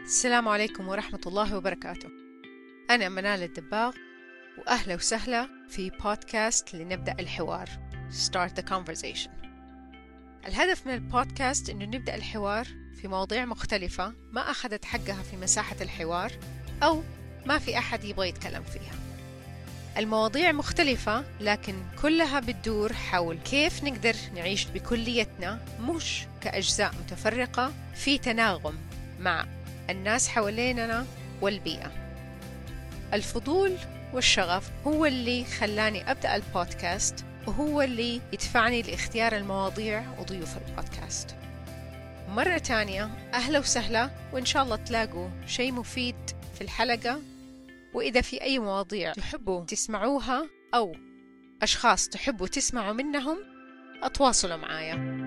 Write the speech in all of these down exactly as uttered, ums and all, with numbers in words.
السلام عليكم ورحمة الله وبركاته. أنا منال الدباغ، وأهلا وسهلا في بودكاست لنبدأ الحوار Start the Conversation. الهدف من البودكاست إنه نبدأ الحوار في مواضيع مختلفة ما أخذت حقها في مساحة الحوار أو ما في أحد يبغى يتكلم فيها. المواضيع مختلفة لكن كلها بتدور حول كيف نقدر نعيش بكليتنا مش كأجزاء متفرقة في تناغم مع الناس حواليننا والبيئة. الفضول والشغف هو اللي خلاني أبدأ البودكاست، وهو اللي يدفعني لاختيار المواضيع وضيوف البودكاست. مرة تانية أهلا وسهلا، وإن شاء الله تلاقوا شيء مفيد في الحلقة. وإذا في أي مواضيع تحبوا تسمعوها أو أشخاص تحبوا تسمعوا منهم، أتواصلوا معايا.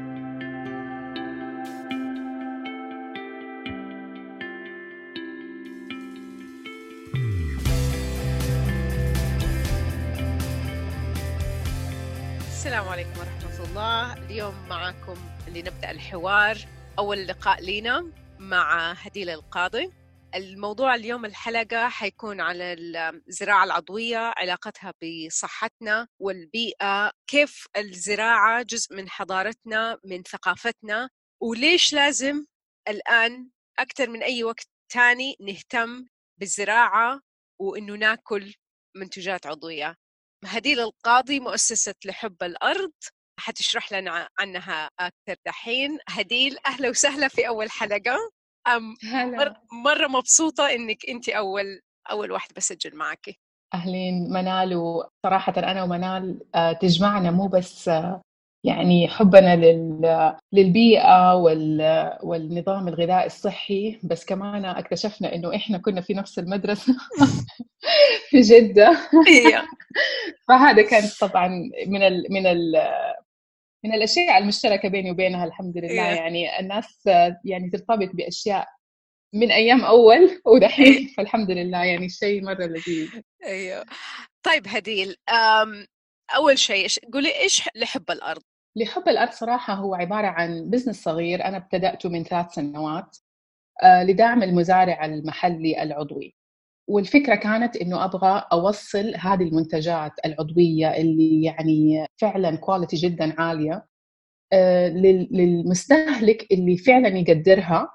السلام عليكم ورحمة الله. اليوم معكم اللي نبدأ الحوار، أول لقاء لينا مع هديل القاضي. الموضوع اليوم الحلقة حيكون على الزراعة العضوية، علاقتها بصحتنا والبيئة، كيف الزراعة جزء من حضارتنا من ثقافتنا، وليش لازم الآن أكثر من أي وقت تاني نهتم بالزراعة وإنه ناكل منتجات عضوية. هديل القاضي مؤسسة لحب الأرض حتشرح لنا عنها أكثر دحين. هديل أهلا وسهلا في أول حلقة. أم مر هلا. مرة مبسوطة إنك أنت أول أول واحدة بسجل معك. أهلين منال، وصراحة أنا ومنال آه، تجمعنا مو بس آه، يعني حبنا لل- للبيئة وال- والنظام الغذائي الصحي، بس كمان اكتشفنا إنه إحنا كنا في نفس المدرسة في جدة. إيه. فهذا كان طبعا من ال من ال من الأشياء المشتركة بيني وبينها. الحمد لله، إيه. يعني الناس آه، يعني ترتبط بأشياء من أيام أول إيه. ودحين، فالحمد لله يعني شيء مرة لذيذ. أيوه. طيب هديل، أم أول شيء إيش- قولي إيش لحب الأرض؟ لحب الأرض صراحة هو عبارة عن بزنس صغير أنا ابتدأته من ثلاث سنوات آه، لدعم المزارع المحلي العضوي. والفكرة كانت إنه أبغى أوصل هذه المنتجات العضوية اللي يعني فعلا كواليتي جدا عالية آه، لل- للمستهلك اللي فعلا يقدرها،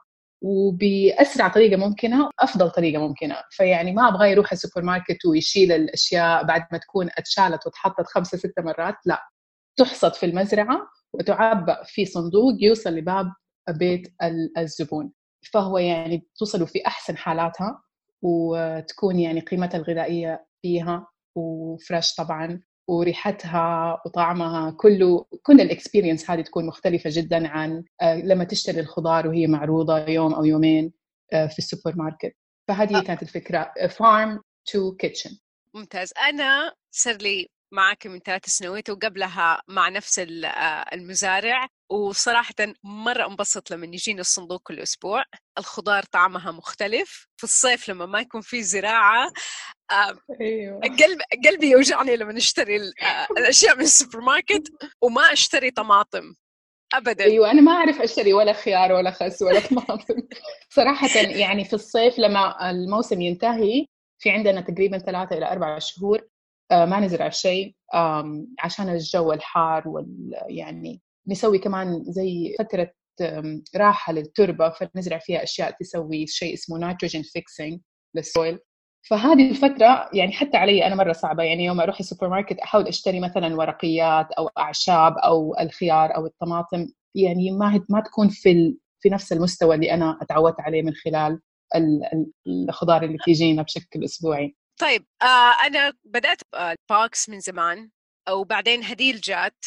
وبأسرع طريقة ممكنة وأفضل طريقة ممكنة. فيعني ما أبغى يروح السوبر ماركت ويشيل الأشياء بعد ما تكون اتشالت واتحطت خمسة ستة مرات، لا، تحصد في المزرعة وتعبأ في صندوق يوصل لباب بيت الزبون. فهو يعني توصلوا في أحسن حالاتها، وتكون يعني قيمتها الغذائية فيها وفريش طبعا، وريحتها وطعمها كله، كل الاكسبيرينس هذه تكون مختلفة جدا عن لما تشتري الخضار وهي معروضة يوم أو يومين في السوبر ماركت. فهذه أه، كانت الفكرة، farm to kitchen. ممتاز. أنا صار لي معك من ثلاث سنوات وقبلها مع نفس ال- آه، المزارع، وصراحة مرة انبسط لما يجيني الصندوق كل أسبوع. الخضار طعمها مختلف في الصيف لما ما يكون في زراعة. آه، ايوه، قلب قلبي يوجعني لما نشتري ال- آه، الأشياء من السوبر ماركت وما أشتري طماطم أبدا. ايوه، انا ما اعرف اشتري ولا خيار ولا خس ولا طماطم. صراحه يعني في الصيف لما الموسم ينتهي، في عندنا تقريبا ثلاثة الى اربع شهور آه، ما نزرع شيء آم، عشان الجو الحار وال يعني نسوي كمان زي فتره آم، راحه للتربه، فنزرع فيها اشياء تسوي شيء اسمه نيتروجين فيكسينج للسويل. فهذه الفترة يعني حتى علي أنا مرة صعبة، يعني يوم أروح السوبر ماركت أحاول أشتري مثلا ورقيات أو أعشاب أو الخيار أو الطماطم، يعني ما ما تكون في ال... في نفس المستوى اللي أنا اتعودت عليه من خلال ال... ال- الخضار اللي تيجينا بشكل أسبوعي. طيب، آه أنا بدأت البوكس من زمان، وبعدين هديل جات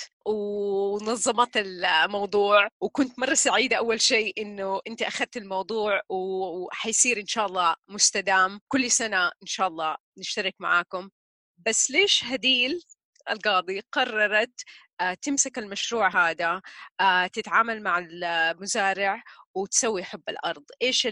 ونظمت الموضوع، وكنت مرة سعيدة أول شيء إنه أنت أخذت الموضوع وحيصير إن شاء الله مستدام كل سنة إن شاء الله نشترك معاكم. بس ليش هديل القاضي قررت آه تمسك المشروع هذا، آه تتعامل مع المزارع وتسوي حب الأرض؟ إيش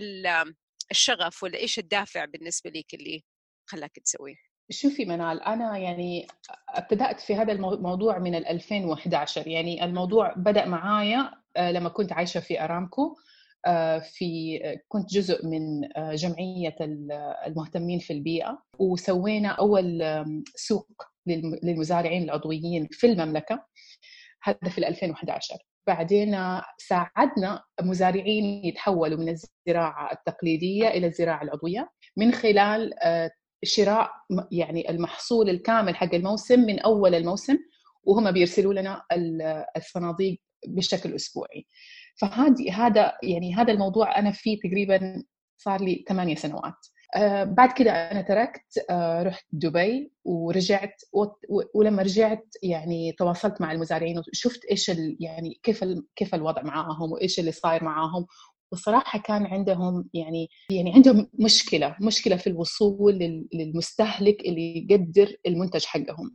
الشغف ولا إيش الدافع بالنسبة لك اللي خلاك تسويه؟ شوفي منال، أنا يعني ابتدأت في هذا الموضوع من ألفين وإحدى عشر. يعني الموضوع بدأ معايا آه، لما كنت عايشة في أرامكو. في كنت جزء من جمعية المهتمين في البيئة، وسوينا أول سوق للمزارعين العضويين في المملكة، هذا في ألفين وأحد عشر. بعدين ساعدنا مزارعين يتحولوا من الزراعة التقليدية إلى الزراعة العضوية من خلال شراء يعني المحصول الكامل حق الموسم من أول الموسم، وهم بيرسلوا لنا الصناديق بشكل أسبوعي. فهذه هذا يعني هذا الموضوع أنا فيه تقريبا صار لي ثمانية سنوات. آه بعد كده أنا تركت، آه رحت دبي ورجعت، ولما رجعت يعني تواصلت مع المزارعين وشفت إيش يعني كيف كيف الوضع معاهم وإيش اللي صاير معاهم. والصراحة كان عندهم يعني يعني عندهم مشكلة مشكلة في الوصول للمستهلك اللي يقدر المنتج حقهم.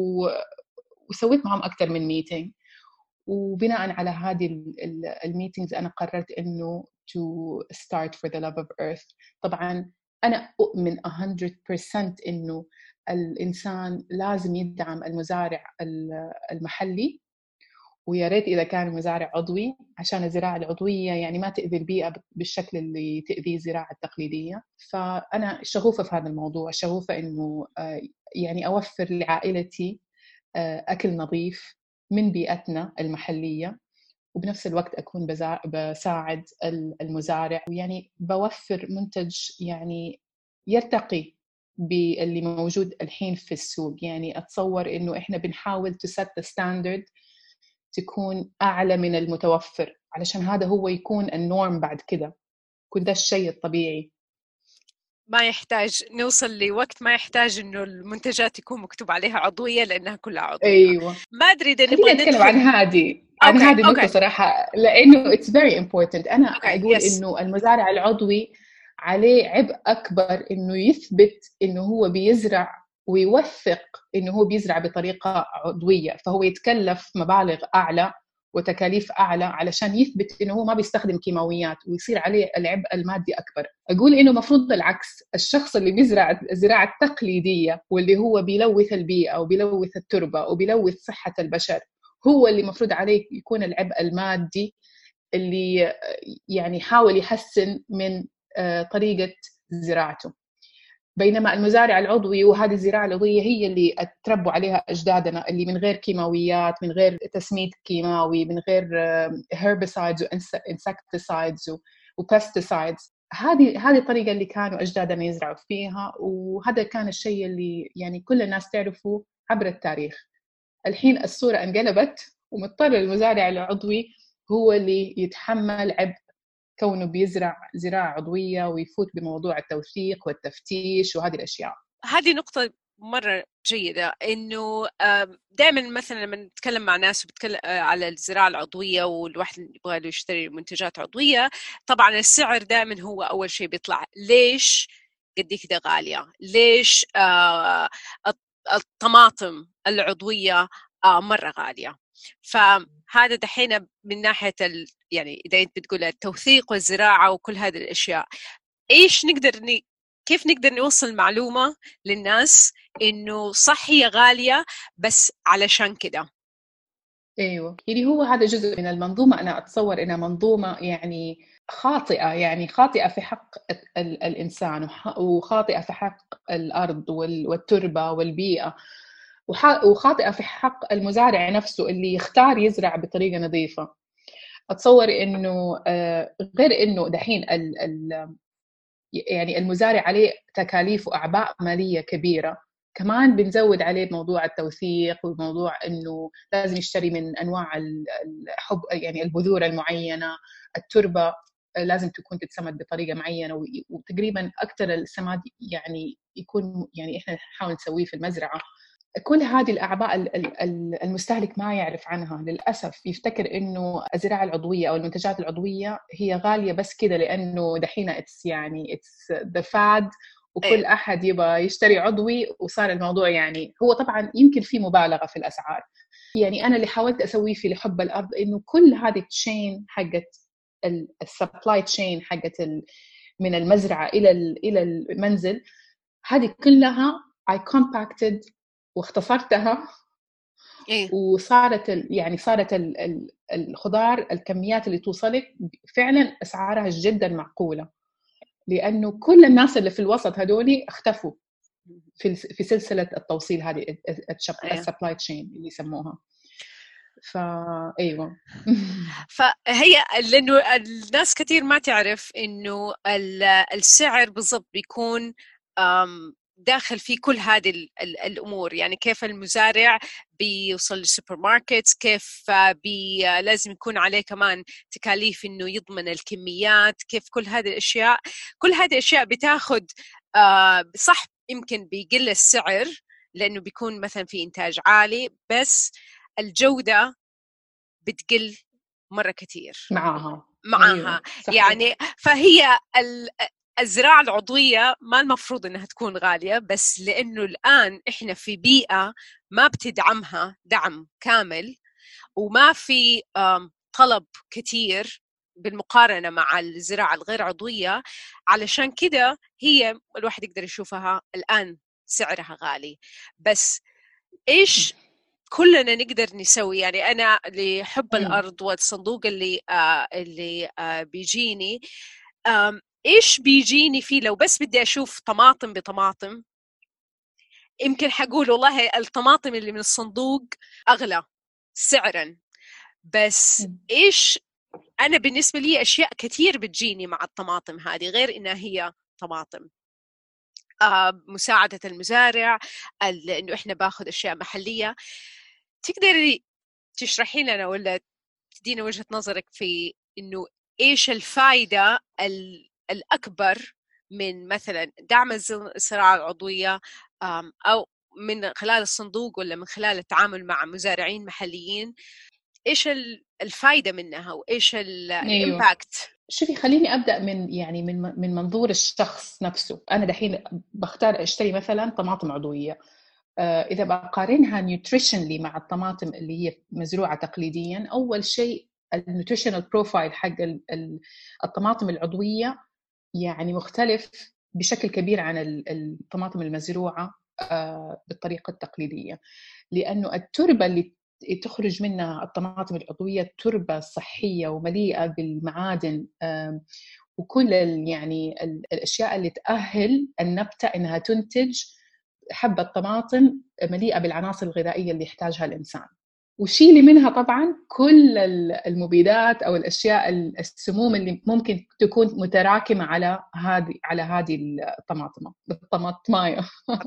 وسويت معهم أكثر من ميتينج، وبناء على هذه الميتينجز أنا قررت إنه to start for the love of earth. طبعاً أنا أؤمن مية بالمية إنه الإنسان لازم يدعم المزارع المحلي، ويا ريت إذا كان مزارع عضوي، عشان الزراعة العضوية يعني ما تأذي البيئة بالشكل اللي تأذي الزراعة التقليدية. فأنا شغوفة في هذا الموضوع، شغوفة إنه يعني أوفر لعائلتي أكل نظيف من بيئتنا المحلية، وبنفس الوقت أكون بساعد المزارع، ويعني بوفر منتج يعني يرتقي باللي موجود الحين في السوق. يعني أتصور إنه إحنا بنحاول to set the standard تكون أعلى من المتوفر، علشان هذا هو يكون النورم بعد كده، يكون ده الشيء الطبيعي. ما يحتاج نوصل لوقت ما يحتاج إنه المنتجات يكون مكتوب عليها عضوية لأنها كلها عضوية. أيوة. ما أدري إذا نبغى نتكلم عن هذه عن هذه النقطة صراحة، لأنه it's very important. أنا okay. أقول yes. إنه المزارع العضوي عليه عبء أكبر إنه يثبت إنه هو بيزرع ويوثق إنه هو بيزرع بطريقة عضوية، فهو يتكلف مبالغ أعلى وتكاليف أعلى علشان يثبت إنه هو ما بيستخدم كيماويات، ويصير عليه العبء المادي أكبر. أقول إنه مفروض العكس، الشخص اللي بيزرع الزراعة التقليدية واللي هو بيلوث البيئة وبيلوث التربة وبيلوث صحة البشر هو اللي مفروض عليه يكون العبء المادي، اللي يعني يحاول يحسن من طريقة زراعته. بينما المزارع العضوي، وهذه الزراعة العضوية هي اللي تربوا عليها أجدادنا، اللي من غير كيماويات، من غير تسميد كيماوي، من غير herbicides وinsecticides وpesticides. هذه هذه الطريقة اللي كانوا أجدادنا يزرعوا فيها، وهذا كان الشيء اللي يعني كل الناس تعرفه عبر التاريخ. الحين الصورة انقلبت، ومضطر المزارع العضوي هو اللي يتحمل عبء كونه بيزرع زراعة عضوية ويفوت بموضوع التوثيق والتفتيش وهذه الأشياء. هذه نقطة مرة جيدة، إنه دائما مثلا لما نتكلم مع ناس وبتكلم على الزراعة العضوية والواحد يبغى له يشتري منتجات عضوية، طبعا السعر دائما هو أول شيء بيطلع. ليش قد كده غالية؟ ليش آه الطماطم العضوية آه مرة غالية؟ فهذا دحين من ناحية ال... يعني إذا أنت بتقول التوثيق والزراعة وكل هذه الأشياء، إيش نقدر ن... كيف نقدر نوصل معلومة للناس إنه صح هي غالية بس علشان كده؟ أيوة، يعني هو هذا جزء من المنظومة. أنا أتصور إنها منظومة يعني خاطئة، يعني خاطئة في حق ال... الإنسان، وخاطئة في حق الأرض وال... والتربة والبيئة، وخاطئة في حق المزارع نفسه اللي يختار يزرع بطريقة نظيفة. أتصور إنه غير إنه دحين ال ال يعني المزارع عليه تكاليف وأعباء مالية كبيرة، كمان بنزود عليه موضوع التوثيق وموضوع إنه لازم يشتري من أنواع الحب، يعني البذور المعينة، التربة لازم تكون تتسمد بطريقة معينة، وتقريبا أكثر السماد يعني يكون يعني إحنا نحاول نسويه في المزرعة. كل هذه الأعباء المستهلك ما يعرف عنها للأسف، يفتكر إنه الزراعة العضوية أو المنتجات العضوية هي غالية بس كده لأنه دحين it's يعني it's the fad، وكل أحد يبغى يشتري عضوي، وصار الموضوع يعني هو طبعا يمكن في مبالغة في الأسعار. يعني أنا اللي حاولت أسويه في لحب الأرض إنه كل هذه التشين حقت السبلاي تشين حقت من المزرعة إلى إلى المنزل، هذه كلها I compacted واختصرتها إيه؟ وصارت ال- يعني صارت ال- ال- الخضار الكميات اللي توصلك فعلا أسعارها جدا معقولة، لأنه كل الناس اللي في الوسط هدول اختفوا في الس- في سلسلة التوصيل هذه، إيه. السبلاي تشين اللي يسموها. فأيوة. فهي لأنه الناس كثير ما تعرف إنه ال- السعر بالضبط بيكون آم، داخل في كل هذه ال- ال- الأمور. يعني كيف المزارع بيوصل للسوبر ماركت، كيف آه، بي آه، لازم يكون عليه كمان تكاليف إنه يضمن الكميات، كيف كل هذه الأشياء. كل هذه الأشياء بتاخد آه، صح، يمكن بيقل السعر لأنه بيكون مثلا في إنتاج عالي، بس الجودة بتقل مرة كتير معاها. معاها. أيوة صحيح. يعني فهي ال- الزراعة العضوية ما المفروض إنها تكون غالية، بس لأنه الآن إحنا في بيئة ما بتدعمها دعم كامل، وما في آم، طلب كتير بالمقارنة مع الزراعة الغير عضوية، علشان كده هي الواحد يقدر يشوفها الآن سعرها غالي. بس إيش كلنا نقدر نسوي؟ يعني أنا لحب مم. الأرض والصندوق اللي آه اللي آه بيجيني، آم إيش بيجيني فيه؟ لو بس بدي أشوف طماطم بطماطم، يمكن حقول والله الطماطم اللي من الصندوق أغلى سعراً، بس مم. إيش أنا بالنسبة لي أشياء كثير بتجيني مع الطماطم هذه غير إنها هي طماطم. آه مساعدة المزارع، ال- إنه إحنا باخذ أشياء محلية. تقدري تشرحي لنا ولا تدينا وجهة نظرك في إنه إيش الفائدة ال- الأكبر من مثلا دعم الز- الزراعة العضوية، آم، أو من خلال الصندوق ولا من خلال التعامل مع مزارعين محليين؟ إيش ال- الفائدة منها وإيش أيوة. الإمباكت؟ شوفي، خليني أبدأ من يعني من من منظور الشخص نفسه. أنا دحين بختار أشتري مثلا طماطم عضوية، آه، إذا بقارنها نيوتريشنلي مع الطماطم اللي هي مزروعة تقليديا، أول شيء النيوتريشنال بروفايل حق ال- ال- الطماطم العضوية يعني مختلف بشكل كبير عن ال- الطماطم المزروعة آه، بالطريقة التقليدية، لأنه التربة اللي تخرج منها الطماطم العضوية تربة صحية ومليئة بالمعادن، آم، وكل ال- يعني ال- الأشياء اللي تأهل النبتة إنها تنتج حبة طماطم مليئة بالعناصر الغذائية اللي يحتاجها الإنسان. وشيلي منها طبعا كل المبيدات أو الأشياء السموم اللي ممكن تكون متراكمة على هذه على هذه الطماطمة الطماطماية.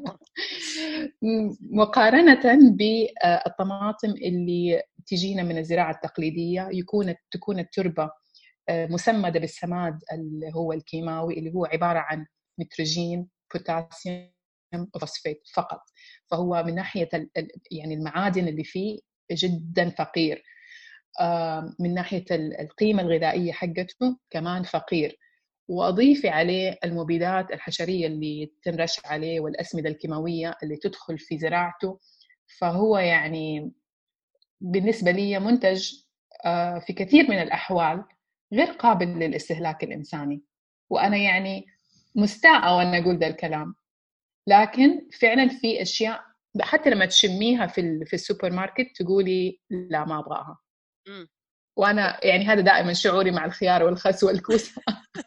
مقارنة بالطماطم اللي تجينا من الزراعة التقليدية، يكون تكون التربة مسمدة بالسماد اللي هو الكيماوي، اللي هو عبارة عن نيتروجين، بوتاسيوم، فوسفات فقط. فهو من ناحية يعني المعادن اللي فيه جدا فقير. من ناحية القيمة الغذائية حقته كمان فقير. وأضيفي عليه المبيدات الحشرية اللي تنرش عليه والأسمدة الكيماوية اللي تدخل في زراعته، فهو يعني بالنسبة لي منتج في كثير من الأحوال غير قابل للاستهلاك الإنساني. وأنا يعني مستاءة وأنا أقول ذا الكلام، لكن فعلا في أشياء حتى لما تشميها في في السوبر ماركت تقولي لا ما أبغاها. وأنا يعني هذا دائما شعوري مع الخيار والخس والكوسة.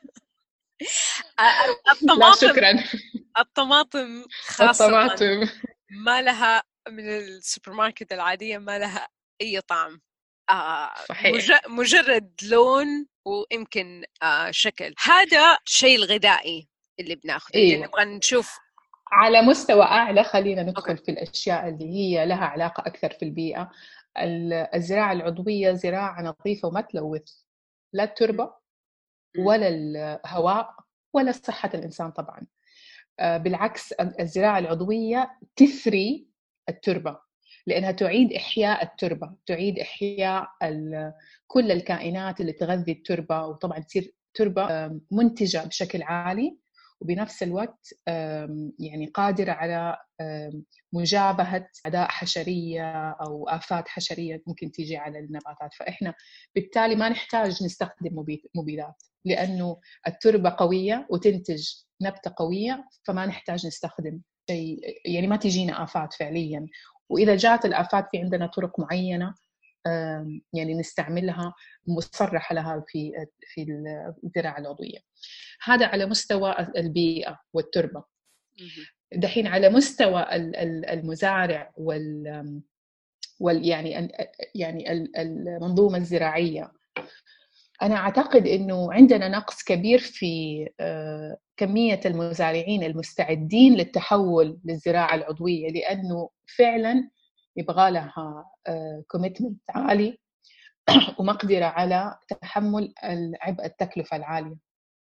لا الطماطم شكرا. الطماطم خاصة الطماطم ما لها من السوبر ماركت العادية ما لها أي طعم. آه صحيح. مجرد لون ويمكن آه شكل. هذا شيء الغذائي اللي بناخده إذا ايوه. نبغى نشوف. على مستوى أعلى خلينا ندخل أوكي. في الأشياء اللي هي لها علاقة أكثر في البيئة. الزراعة العضوية زراعة نظيفة وما تلوث لا التربة ولا الهواء ولا صحة الإنسان طبعا. بالعكس الزراعة العضوية تثري التربة، لأنها تعيد إحياء التربة، تعيد إحياء كل الكائنات اللي تغذي التربة، وطبعا تصير تربة منتجة بشكل عالي، وبنفس الوقت يعني قادرة على مجابهة أعداء حشرية أو آفات حشرية ممكن تيجي على النباتات. فإحنا بالتالي ما نحتاج نستخدم مبيدات، لأنه التربة قوية وتنتج نبتة قوية، فما نحتاج نستخدم شيء، يعني ما تجينا آفات فعليا. وإذا جاءت الآفات في عندنا طرق معينة يعني نستعملها مصرح لها في في الزراعة العضوية. هذا على مستوى البيئة والتربة. دحين على مستوى المزارع وال وال يعني يعني المنظومة الزراعية، أنا أعتقد إنه عندنا نقص كبير في كمية المزارعين المستعدين للتحول للزراعة العضوية، لأنه فعلاً يبغى لها كوميتمنت عالي ومقدرة على تحمل عبء التكلفة العالية،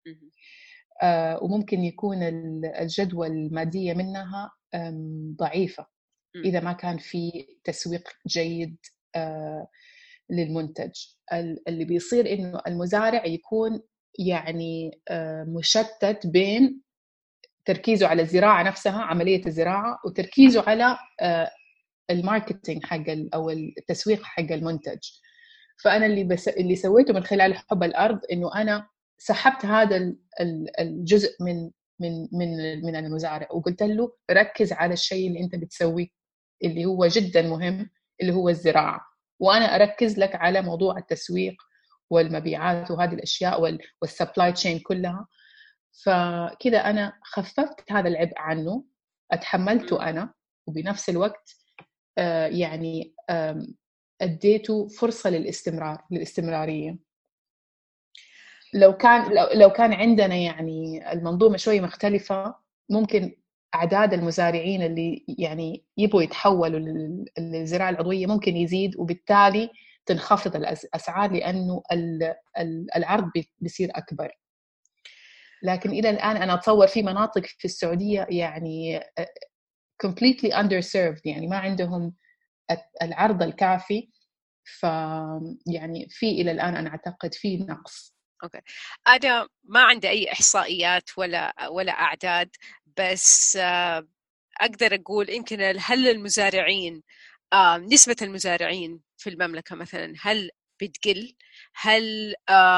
وممكن يكون الجدوى المادية منها ضعيفة إذا ما كان في تسويق جيد للمنتج. اللي بيصير إنه المزارع يكون يعني مشتت بين تركيزه على الزراعة نفسها، عملية الزراعة، وتركيزه على الماركتينج حق أو التسويق حق المنتج. فأنا اللي بس اللي سويته من خلال حب الأرض إنه أنا سحبت هذا الجزء من من من من المزارع وقلت له ركز على الشيء اللي أنت بتسويه اللي هو جدا مهم، اللي هو الزراعة، وأنا أركز لك على موضوع التسويق والمبيعات وهذه الأشياء والسبلاي تشين كلها. فكذا أنا خففت هذا العبء عنه، أتحملته أنا، وبنفس الوقت يعني أديته فرصة للاستمرار للاستمرارية. لو كان لو, لو كان عندنا يعني المنظومة شوي مختلفة، ممكن أعداد المزارعين اللي يعني يبغوا يتحولوا للزراعة العضوية ممكن يزيد، وبالتالي تنخفض الأسعار لأنه العرض بيصير أكبر. لكن إلى الآن أنا أتصور في مناطق في السعودية يعني completely underserved، يعني ما عندهم العرض الكافي، ف يعني في إلى الآن أنا أعتقد في نقص. أوكي، أنا ما عندي أي إحصائيات ولا ولا أعداد، بس أقدر أقول يمكن هل المزارعين نسبة المزارعين في المملكة مثلا هل بتقل؟ هل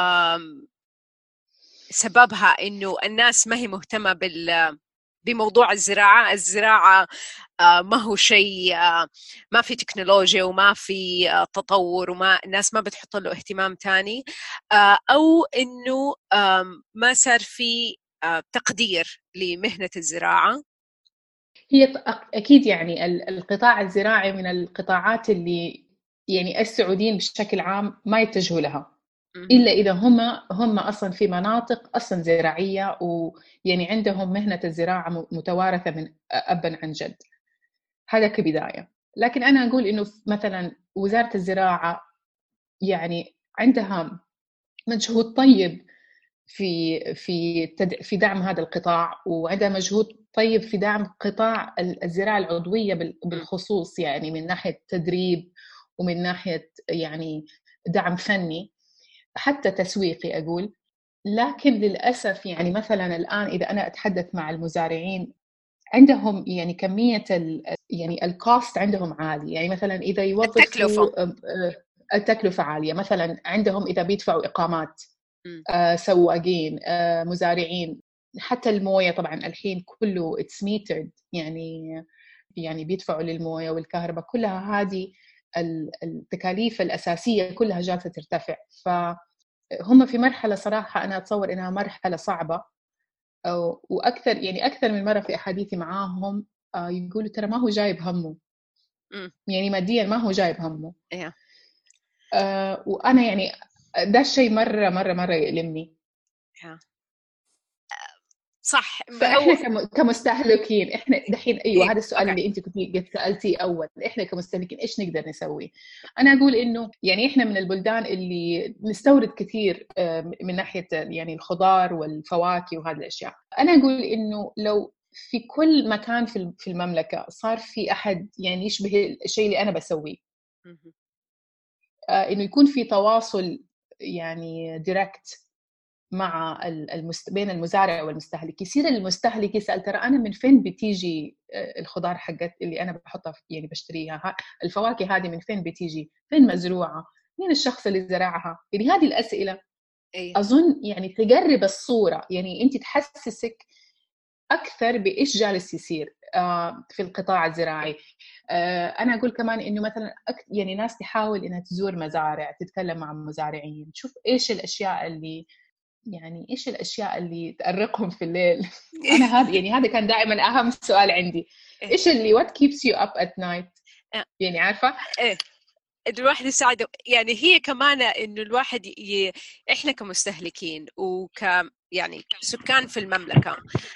سببها إنه الناس ما هي مهتمة بال بموضوع الزراعة الزراعة ما هو شيء، ما في تكنولوجيا وما في تطور وما الناس ما بتحط له اهتمام تاني، أو إنه ما صار في تقدير لمهنة الزراعة؟ هي أكيد يعني القطاع الزراعي من القطاعات اللي يعني السعوديين بشكل عام ما يتجهوا لها إلا إذا هم هم أصلاً في مناطق أصلاً زراعية، ويعني عندهم مهنة الزراعة متوارثة من أباً عن جد. هذا كبداية. لكن أنا أقول إنه مثلاً وزارة الزراعة يعني عندها مجهود طيب في في في دعم هذا القطاع، وعندها مجهود طيب في دعم قطاع الزراعة العضوية بالخصوص، يعني من ناحية تدريب ومن ناحية يعني دعم فني حتى تسويقي أقول. لكن للأسف يعني مثلا الآن إذا أنا أتحدث مع المزارعين عندهم يعني كمية يعني الكوست عندهم عالي، يعني مثلا إذا يوظفوا التكلفة التكلفة عالية، مثلا عندهم إذا بيدفعوا إقامات آه سواقين آه مزارعين، حتى الموية طبعا الحين كله it's metered، يعني يعني بيدفعوا للموية والكهرباء، كلها هذه التكاليف الأساسية كلها جالسة ترتفع. فهم في مرحلة صراحة أنا أتصور إنها مرحلة صعبة، وأكثر يعني أكثر من مرة في أحاديثي معاهم يقولوا ترى ما هو جايب همه، يعني ماديا ما هو جايب همه. yeah. آه وأنا يعني ده الشيء مرة مرة مرة يؤلمني. yeah. صح. فاحنا كمستهلكين احنا دحين ايوه إيه؟ هذا السؤال أوكي. اللي انت كنت قد سالتيه اول، احنا كمستهلكين ايش نقدر نسوي؟ انا اقول انه يعني احنا من البلدان اللي نستورد كثير من ناحيه يعني الخضار والفواكه وهذه الاشياء. انا اقول انه لو في كل مكان في في المملكه صار في احد يعني يشبه الشيء اللي انا بسويه، انه يكون في تواصل يعني دايركت مع المست... بين المزارع والمستهلك، يصير المستهلك يسأل ترى أنا من فين بتيجي الخضار حقت اللي أنا بحطها يعني بشتريها، الفواكه هذه من فين بتيجي، فين مزروعة، مين الشخص اللي زرعها، يعني هذه الأسئلة أيه. أظن يعني تقرب الصورة، يعني أنت تحسسك أكثر بإيش جالس يصير في القطاع الزراعي. أنا أقول كمان إنه مثلا يعني ناس تحاول إنها تزور مزارع، تتكلم مع مزارعين، تشوف إيش الأشياء اللي يعني إيش الأشياء اللي تأرقهم في الليل. أنا هذا يعني هذا كان دائما أهم سؤال عندي، إيش اللي what keeps you up at night؟ يعني عارفة إيه الواحد يساعده. يعني هي كمان إنه الواحد ي... إحنا كمستهلكين وك يعني سكان في المملكة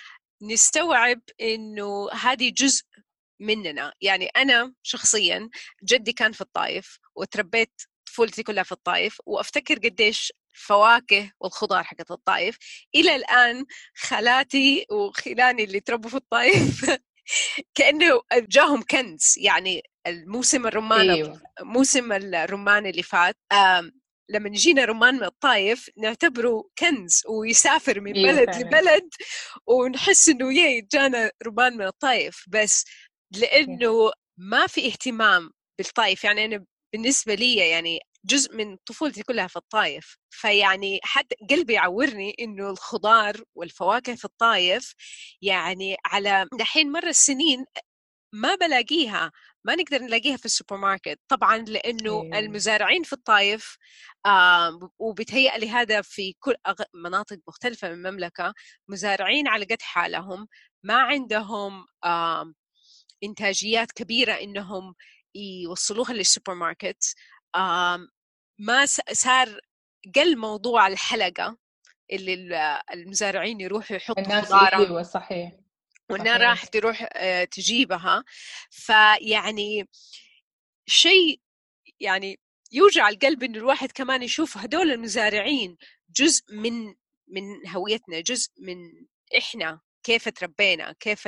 نستوعب إنه هذه جزء مننا. يعني أنا شخصياً جدي كان في الطائف وتربيت طفولتي كلها في الطائف، وأفتكر قديش الفواكه والخضار حقت الطائف إلى الآن خالاتي وخلاني اللي تربوا في الطائف كأنه جاهم كنز. يعني الموسم الرمان أيوة. موسم الرمان اللي فات لما نجينا رمان من الطائف نعتبره كنز ويسافر من أيوة بلد فعلا. لبلد ونحس إنه ياي جانا رمان من الطائف، بس لأنه ما في اهتمام بالطائف. يعني أنا بالنسبة لي يعني جزء من طفولتي كلها في الطائف، فيعني حتى قلبي يعورني إنه الخضار والفواكه في الطائف يعني على دحين مر السنين ما بلاقيها، ما نقدر نلاقيها في السوبر ماركت طبعا، لأنه أيوة. المزارعين في الطائف آه وبتهيأ لي هذا في كل مناطق مختلفة من المملكة، مزارعين على قد حالهم، ما عندهم آه إنتاجيات كبيرة إنهم يوصلوها للسوبر ماركت. آه ما صار قل موضوع الحلقة اللي المزارعين يروحوا يحطوا الناس خضارهم أيوة صحيح وإنها صحيح. راح تروح تجيبها. فيعني شيء يعني يوجع القلب إنه الواحد كمان يشوف هدول المزارعين جزء من من هويتنا، جزء من إحنا كيف تربينا، كيف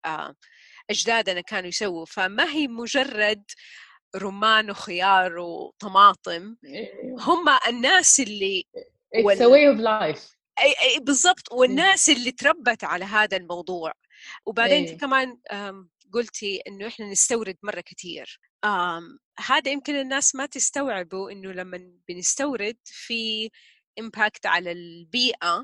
أجدادنا كانوا يسووا. فما هي مجرد رمان وخيار وطماطم، هم الناس اللي It's a way of life. أي أي بالضبط، والناس اللي تربت على هذا الموضوع. وبعدين أنت أيه. كمان قلتي إنه إحنا نستورد مرة كتير. هذا يمكن الناس ما تستوعبوا إنه لما بنستورد في إمباكت على البيئة،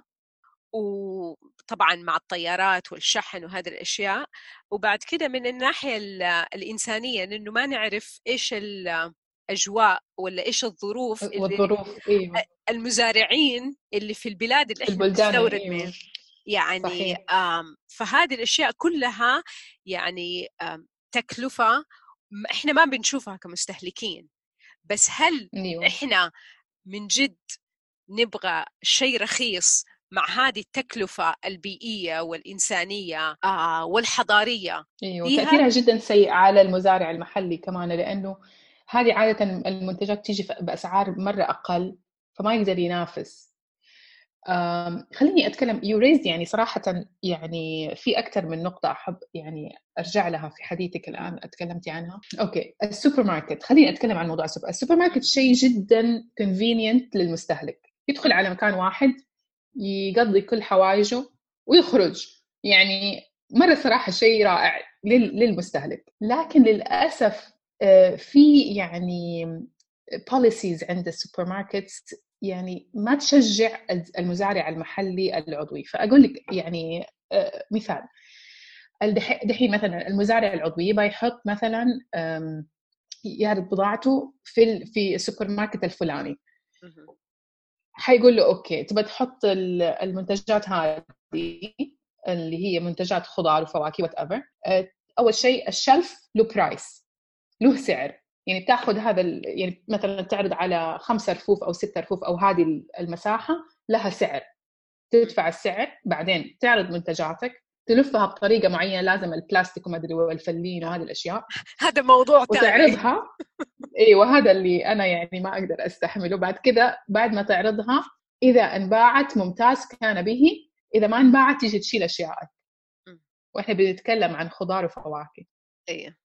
وطبعا مع الطيارات والشحن وهذه الأشياء. وبعد كده من الناحية الإنسانية لأنه ما نعرف إيش الأجواء ولا إيش الظروف اللي والظروف أيوة. المزارعين اللي في البلاد اللي إحنا البلدان بنستورد أيوة. منه. يعني صحيح. فهذه الأشياء كلها يعني تكلفة إحنا ما بنشوفها كمستهلكين. بس هل أيوة. إحنا من جد نبغى شيء رخيص مع هذه التكلفة البيئية والإنسانية آه والحضارية؟ أيوة تأثيرها جدا سيء على المزارع المحلي كمان، لأنه هذه عادة المنتجات تيجي بأسعار مرة أقل فما يقدر ينافس. خليني أتكلم يوريز يعني صراحة يعني في أكثر من نقطة أحب يعني أرجع لها في حديثك الآن أتكلمتي عنها. أوكي السوبر ماركت، خليني أتكلم عن موضوع السوبر السوبر ماركت. شيء جدا convenient للمستهلك، يدخل على مكان واحد يقضي كل حوائجه ويخرج، يعني مرة صراحة شيء رائع للمستهلك. لكن للأسف في يعني policies عند السوبر ماركت يعني ما تشجع المزارع المحلي العضوي. فأقول لك يعني مثال، دحين مثلا المزارع العضوي يبغى يحط مثلا يعرض بضاعته في في السوبر ماركت الفلاني، حيقول له أوكي تبغى تحط المنتجات هذه اللي هي منتجات خضار وفواكه whatever. أول شيء الشلف له برايس، له سعر، يعني بتاخذ هذا يعني مثلا تعرض على خمسة رفوف أو ستة رفوف أو هذه المساحة لها سعر، تدفع السعر، بعدين تعرض منتجاتك تلفها بطريقة معينة، لازم البلاستيك وما أدري والفلين وهذه الأشياء، هذا موضوع ثاني. وتعرضها. ايوه هذا اللي انا يعني ما اقدر استحمله. بعد كده بعد ما تعرضها اذا انباعت ممتاز كان به، اذا ما انباعت تيجي تشيل اشيائك، واحنا بنتكلم عن خضار وفواكه. ايه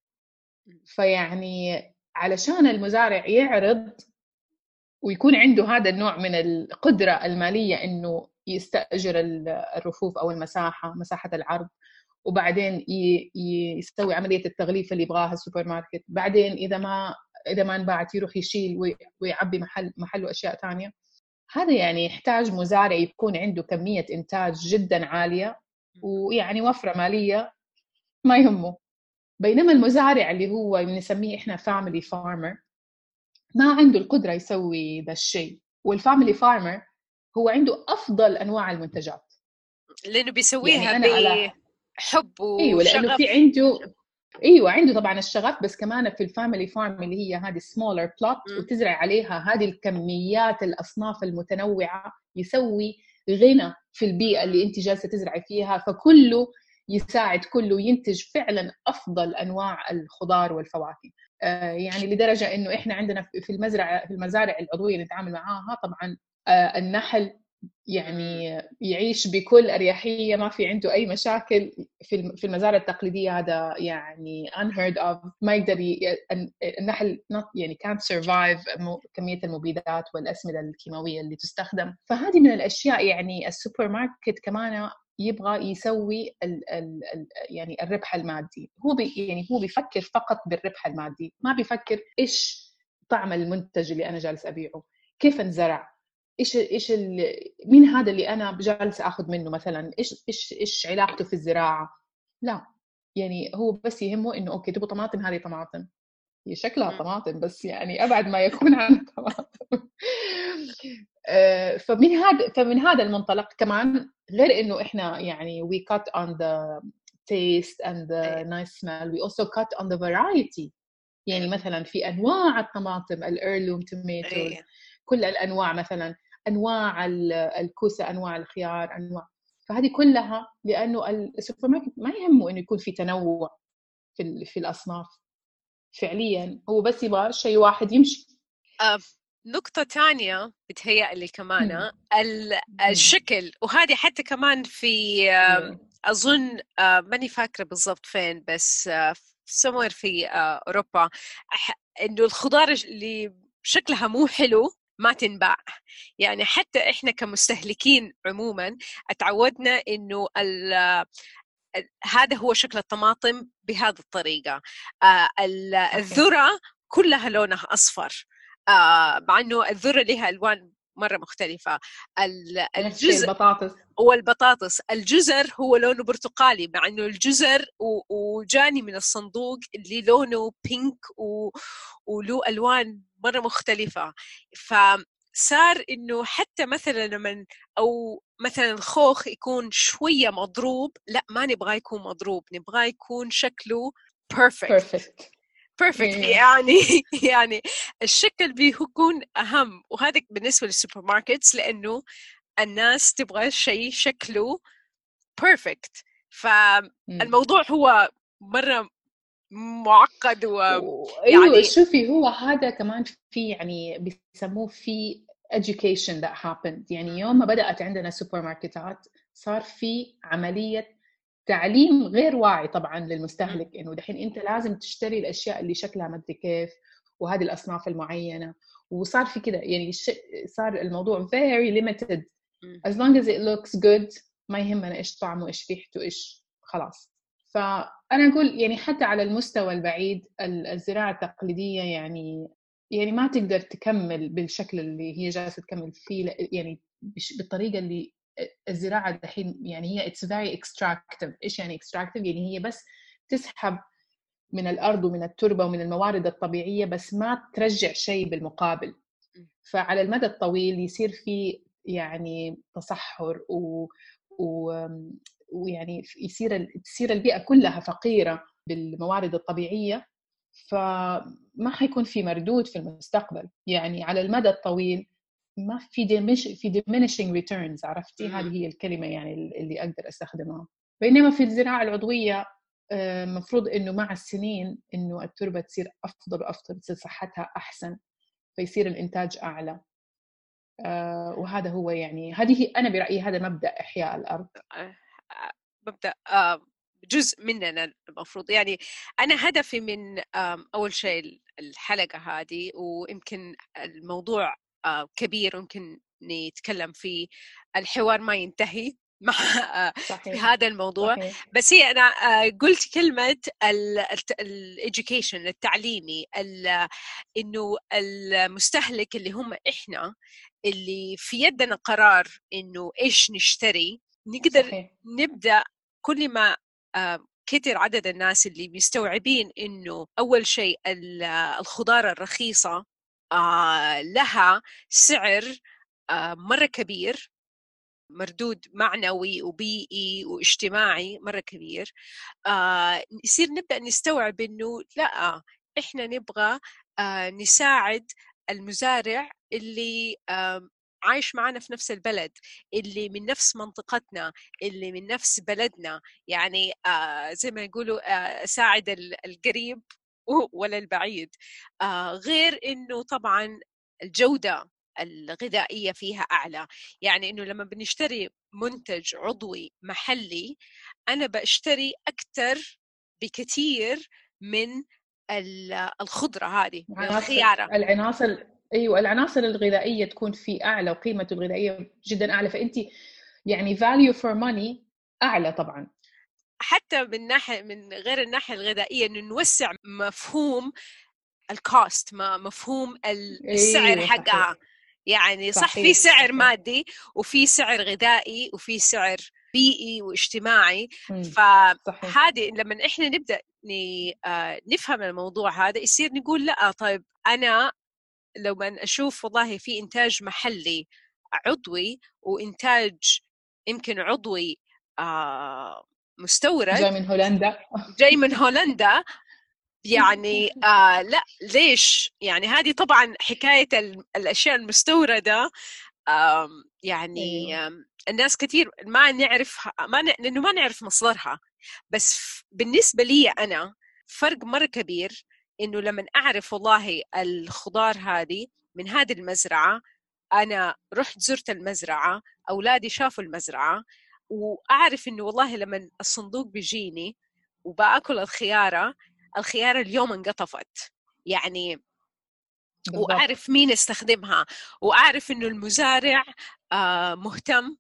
فيعني علشان المزارع يعرض ويكون عنده هذا النوع من القدرة المالية انه يستأجر الرفوف او المساحة مساحة العرض، وبعدين يسوي عملية التغليف اللي يبغاها السوبر ماركت، بعدين إذا ما إذا ما انباعت يروح يشيل ويعبي محل محله أشياء تانية. هذا يعني يحتاج مزارع يكون عنده كمية إنتاج جدا عالية ويعني وفرة مالية ما يهمه. بينما المزارع اللي هو بنسميه إحنا فاميلي فارمر ما عنده القدرة يسوي ذا الشيء. والفاميلي فارمر هو عنده أفضل أنواع المنتجات، لأنه بيسويها يعني أنا على بحب أيوة، لأنه في وشغف. عنده ايوه عنده طبعا الشغف، بس كمان في الفاميلي فارم اللي هي هذه سمولر بلوت وتزرع عليها هذه الكميات الاصناف المتنوعه، يسوي غنى في البيئه اللي انت جالسه تزرعي فيها، فكله يساعد كله ينتج فعلا افضل انواع الخضار والفواكه. آه يعني لدرجه انه احنا عندنا في المزرعه في المزارع العضويه اللي نتعامل معاها طبعا آه النحل يعني يعيش بكل أريحية، ما في عنده أي مشاكل. في في المزارع التقليدية هذا يعني unheard of، ما يقدر ي... النحل not يعني can't survive كمية المبيدات والأسمدة الكيماوية اللي تستخدم. فهذه من الأشياء يعني السوبر ماركت كمان يبغى يسوي ال ال ال يعني الربح المادي. هو بي يعني هو بيفكر فقط بالربح المادي، ما بيفكر إيش طعم المنتج اللي أنا جالس أبيعه، كيف انزرع، ايش ايش مين هذا اللي انا جالس اخذ منه مثلا، ايش ايش ايش علاقته في الزراعه. لا يعني هو بس يهمه انه اوكي تبغى طماطم، هذه طماطم هي شكلها طماطم بس يعني ابعد ما يكون عنها طماطم. فمن هذا فمن هذا المنطلق كمان، غير انه احنا يعني we cut on the taste and the nice smell, we also cut on the variety. يعني مثلا في انواع الطماطم الهيرلوم توميتوز، كل الانواع، مثلا انواع الكوسه، انواع الخيار، انواع. فهذه كلها لانه السوبر ماركت ما يهمه انه يكون في تنوع في في الاصناف، فعليا هو بس يبغى شيء واحد يمشي. آه، نقطة تانية بتهيألي كمان الشكل، وهذه حتى كمان في آه أظن آه ماني فاكرة بالضبط فين، بس آه سموير في آه أوروبا، إنه الخضار اللي شكلها مو حلو ما تنباع. يعني حتى إحنا كمستهلكين عموما اتعودنا إنه هذا هو شكل الطماطم بهذه الطريقة. آه الذرة كلها لونها أصفر، آه مع أنه الذرة لها ألوان مرة مختلفة. الجزء البطاطس والبطاطس الجزر هو لونه برتقالي، مع أنه الجزر وجاني من الصندوق اللي لونه بينك وله ألوان مرة مختلفة. فصار إنه حتى مثلا لمن أو مثلا الخوخ يكون شوية مضروب، لا ما نبغى يكون مضروب، نبغى يكون شكله perfect perfect perfect يعني يعني الشكل بيكون أهم. وهذا بالنسبة للسوبر ماركتس، لأنه الناس تبغى شيء شكله perfect. فالموضوع هو مرة معقد و يعني ايوه شوفي، هو هذا كمان في يعني بيسموه في education that happened. يعني يوم ما بدأت عندنا سوبر ماركتات صار في عملية تعليم غير واعي طبعا للمستهلك، انه دحين انت لازم تشتري الاشياء اللي شكلها ما ادري كيف وهذه الاصناف المعينه. وصار في كده يعني صار الموضوع very limited as long as it looks good، ما يهمنا ايش طعمه ايش ريحته ايش، خلاص. فانا اقول يعني حتى على المستوى البعيد الزراعه التقليديه يعني يعني ما تقدر تكمل بالشكل اللي هي جالسه تكمل فيه، يعني بالطريقه اللي الزراعة الحين يعني هي it's very extractive. إيش يعني extractive؟ يعني هي بس تسحب من الأرض ومن التربة ومن الموارد الطبيعية، بس ما ترجع شيء بالمقابل. فعلى المدى الطويل يصير في يعني تصحر و... و... ويعني يصير تصير البيئة كلها فقيرة بالموارد الطبيعية، فما حيكون في مردود في المستقبل. يعني على المدى الطويل ما في ديمش في diminishing returns، عرفتي؟ هذه هي الكلمة يعني اللي أقدر أستخدمها. بينما في الزراعة العضوية مفروض إنه مع السنين إنه التربة تصير أفضل وأفضل، تصير صحتها أحسن، فيصير الإنتاج أعلى. وهذا هو يعني هذه أنا برأيي هذا مبدأ إحياء الأرض، مبدأ جزء مننا المفروض. يعني أنا هدفي من أول شيء الحلقة هذه، ويمكن الموضوع كبير ويمكن نتكلم فيه، الحوار ما ينتهي مع في هذا الموضوع. صحيح. بس هي أنا قلت كلمة الإديوكيشن التعليمي، إنه المستهلك اللي هم إحنا اللي في يدنا قرار إنه إيش نشتري، نقدر صحيح. نبدأ كل ما كتر عدد الناس اللي بيستوعبين إنه أول شيء الخضار الرخيصة لها سعر مرة كبير، مردود معنوي وبيئي واجتماعي مرة كبير، يصير نبدأ نستوعب إنه لا، إحنا نبغى نساعد المزارع اللي عايش معنا في نفس البلد، اللي من نفس منطقتنا، اللي من نفس بلدنا. يعني آه زي ما يقولوا آه ساعد القريب ولا البعيد. آه غير إنه طبعا الجودة الغذائية فيها أعلى. يعني إنه لما بنشتري منتج عضوي محلي أنا بشتري أكتر بكثير من الخضرة هذه، من الخيارة. العناصر ايوه العناصر الغذائيه تكون في اعلى، وقيمته الغذائيه جدا اعلى، فانت يعني value for money اعلى طبعا. حتى من ناحيه، من غير الناحيه الغذائيه، انه نوسع مفهوم الكوست، ما مفهوم السعر أيوة حقها. صحيح. يعني صح, صحيح. في سعر صحيح. مادي وفي سعر غذائي وفي سعر بيئي واجتماعي. مم. فهذه لما احنا نبدا نفهم الموضوع هذا يصير نقول لا، طيب انا لو ما أشوف والله في إنتاج محلي عضوي وإنتاج يمكن عضوي آه مستورد جاي من هولندا جاي من هولندا، يعني آه لا ليش؟ يعني هذه طبعا حكاية الأشياء المستوردة. آه يعني آه الناس كثير ما نعرف، ما ن... لأنه ما نعرف مصدرها. بس بالنسبة لي أنا فرق مرة كبير إنه لما أعرف والله الخضار هذه من هذه المزرعة، أنا رحت زرت المزرعة، أولادي شافوا المزرعة، وأعرف إنه والله لما الصندوق بيجيني وبأكل الخيارة، الخيارة اليوم انقطفت يعني. بالضبط. وأعرف مين استخدمها، وأعرف إنه المزارع آه مهتم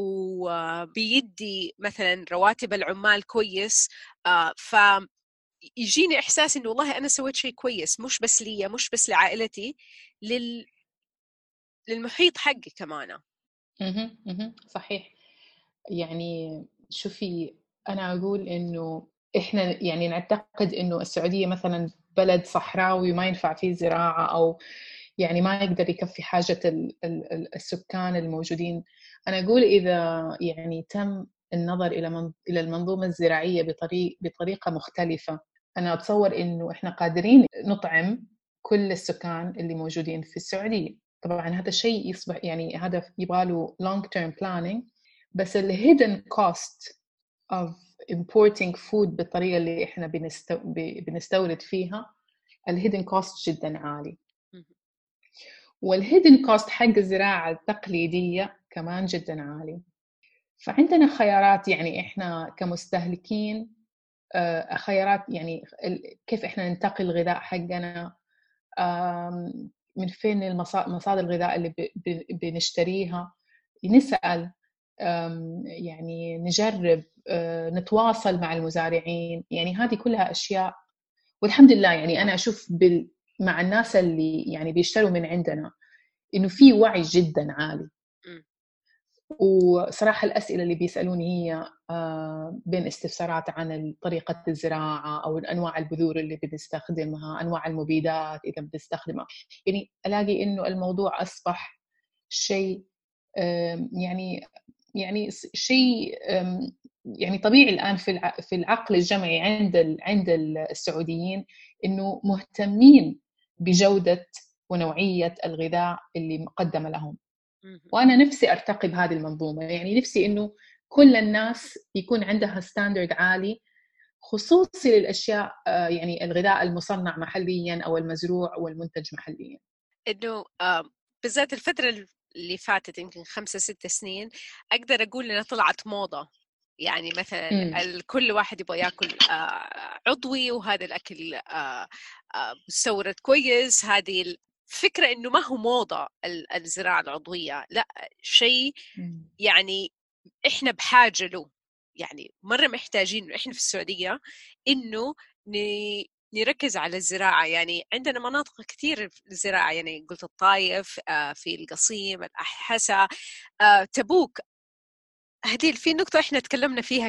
وبيدي مثلا رواتب العمال كويس. آه فيجيني إحساس إنه والله أنا سويت شيء كويس، مش بس لي، مش بس لعائلتي، لل... للمحيط حقي كمان. صحيح. يعني شوفي، أنا أقول إنه إحنا يعني نعتقد إنه السعودية مثلا بلد صحراوي ما ينفع فيه زراعة، أو يعني ما يقدر يكفي حاجة السكان الموجودين. أنا أقول إذا يعني تم النظر إلى إلى المنظومة الزراعية بطريق بطريقة مختلفة، أنا أتصور إنه إحنا قادرين نطعم كل السكان اللي موجودين في السعودية. طبعا هذا الشيء يصبح يعني هذا يبغى له long term planning، بس ال hidden cost of importing food بالطريقة اللي إحنا بنستو... بنستورد فيها، ال hidden cost جدا عالي، وال hidden cost حق الزراعة التقليدية كمان جدا عالي. فعندنا خيارات، يعني إحنا كمستهلكين خيارات، يعني كيف إحنا ننتقي الغذاء حقنا، من فين المصادر الغذاء اللي بنشتريها، نسأل، يعني نجرب، نتواصل مع المزارعين. يعني هذه كلها أشياء، والحمد لله يعني أنا أشوف بال... مع الناس اللي يعني بيشتروا من عندنا إنه في وعي جدا عالي. وصراحة الأسئلة اللي بيسألوني هي بين استفسارات عن طريقة الزراعة أو أنواع البذور اللي بنستخدمها، أنواع المبيدات إذا بنستخدمها. يعني ألاقي إنه الموضوع أصبح شيء يعني يعني شيء يعني طبيعي الآن في في العقل الجمعي عند عند السعوديين، إنه مهتمين بجودة ونوعية الغذاء اللي مقدمة لهم. وأنا نفسي أرتقي بهذه المنظومة، يعني نفسي إنه كل الناس يكون عندها ستاندرد عالي، خصوصي للأشياء يعني الغذاء المصنع محليا أو المزروع والمنتج محليا. إنه بالذات الفترة اللي فاتت يمكن خمسة ستة سنين أقدر أقول إنها طلعت موضة. يعني مثلا كل واحد يبغى ياكل عضوي، وهذا الأكل مستورد كويس. هذه الفكرة إنه ما هو موضة الزراعة العضوية، لا، شيء يعني إحنا بحاجة له. يعني مرة محتاجين إحنا في السعودية إنه نركز على الزراعة. يعني عندنا مناطق كثير للزراعة، يعني قلت الطايف، في القصيم، الأحساء، تبوك. هذه في نقطة إحنا تكلمنا فيها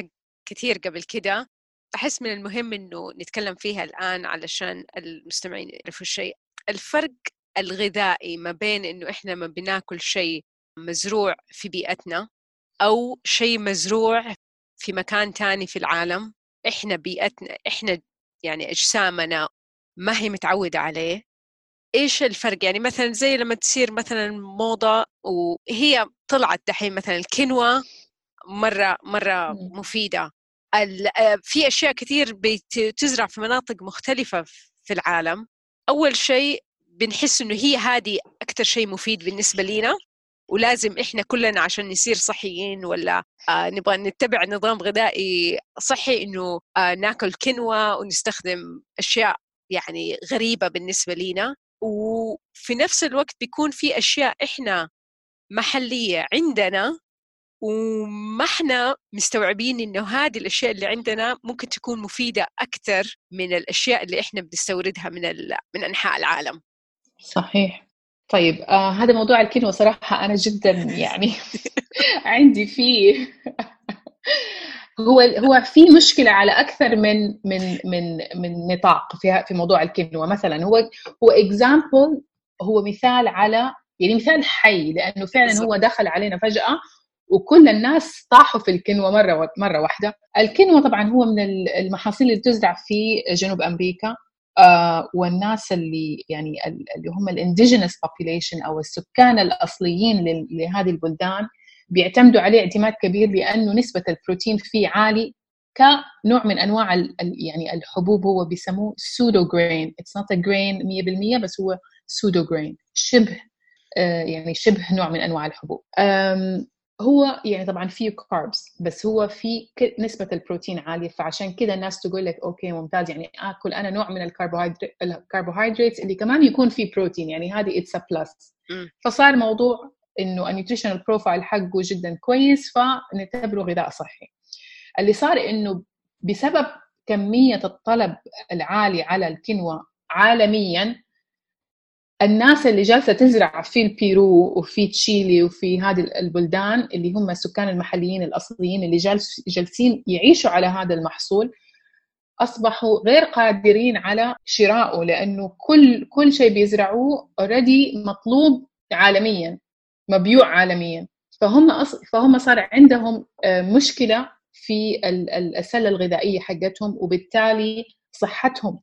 كثير قبل كده، أحس من المهم إنه نتكلم فيها الآن علشان المستمعين يعرفوا الشيء. الفرق الغذائي ما بين إنه إحنا ما بناكل شيء مزروع في بيئتنا أو شيء مزروع في مكان تاني في العالم، إحنا بيئتنا، إحنا يعني أجسامنا ما هي متعودة عليه. إيش الفرق؟ يعني مثلا زي لما تصير مثلا موضة وهي طلعت دحين مثلا الكينوا مرة مرة مفيدة. في أشياء كثير بتزرع في مناطق مختلفة في العالم. أول شيء بنحس إنه هي هذه أكثر شيء مفيد بالنسبة لنا، ولازم إحنا كلنا عشان نصير صحيين ولا آه نبغى نتبع نظام غذائي صحي إنه آه ناكل كينوا ونستخدم أشياء يعني غريبة بالنسبة لنا. وفي نفس الوقت بيكون في أشياء إحنا محلية عندنا وما احنا مستوعبين إنه هذه الأشياء اللي عندنا ممكن تكون مفيدة أكثر من الأشياء اللي إحنا بنستوردها من من أنحاء العالم. صحيح. طيب آه هذا موضوع الكينوا صراحة أنا جدا يعني عندي فيه هو هو في مشكلة على أكثر من من من من نطاق في في موضوع الكينوا. مثلا هو هو example، هو مثال على يعني مثال حي، لأنه فعلا بالزبط. هو دخل علينا فجأة وكل الناس طاحوا في الكينوا مرة مرة واحدة. الكينوا طبعا هو من المحاصيل اللي تزرع في جنوب أمريكا، آه والناس اللي يعني اللي هم الانديجينس population أو السكان الأصليين لهذه البلدان بيعتمدوا عليه اعتماد كبير، لأنه نسبة البروتين فيه عالي كنوع من أنواع يعني الحبوب. هو بيسموه pseudo grain. It's not a grain مية بالمية، بس هو pseudo grain، شبه آه يعني شبه نوع من أنواع الحبوب. هو يعني طبعا فيه كاربس، بس هو فيه نسبة البروتين عالية، فعشان كده الناس تقول لك أوكي ممتاز، يعني أكل أنا نوع من الكربوهيدرات الكربوهيدرات اللي كمان يكون فيه بروتين، يعني هذه it's a plus. فصار موضوع إنه النيوتريشنال بروفايل حقه جدا كويس، فنعتبره غذاء صحي. اللي صار إنه بسبب كمية الطلب العالي على الكينوا عالميا، الناس اللي جالسة تزرع في البيرو وفي تشيلي وفي هذه البلدان اللي هم السكان المحليين الأصليين اللي جالس جالسين يعيشوا على هذا المحصول، أصبحوا غير قادرين على شرائه، لأنه كل كل شيء بيزرعوه already مطلوب عالميا، مبيوع عالميا. فهم أص... فهم صار عندهم مشكلة في السلة الغذائية حقتهم، وبالتالي صحتهم،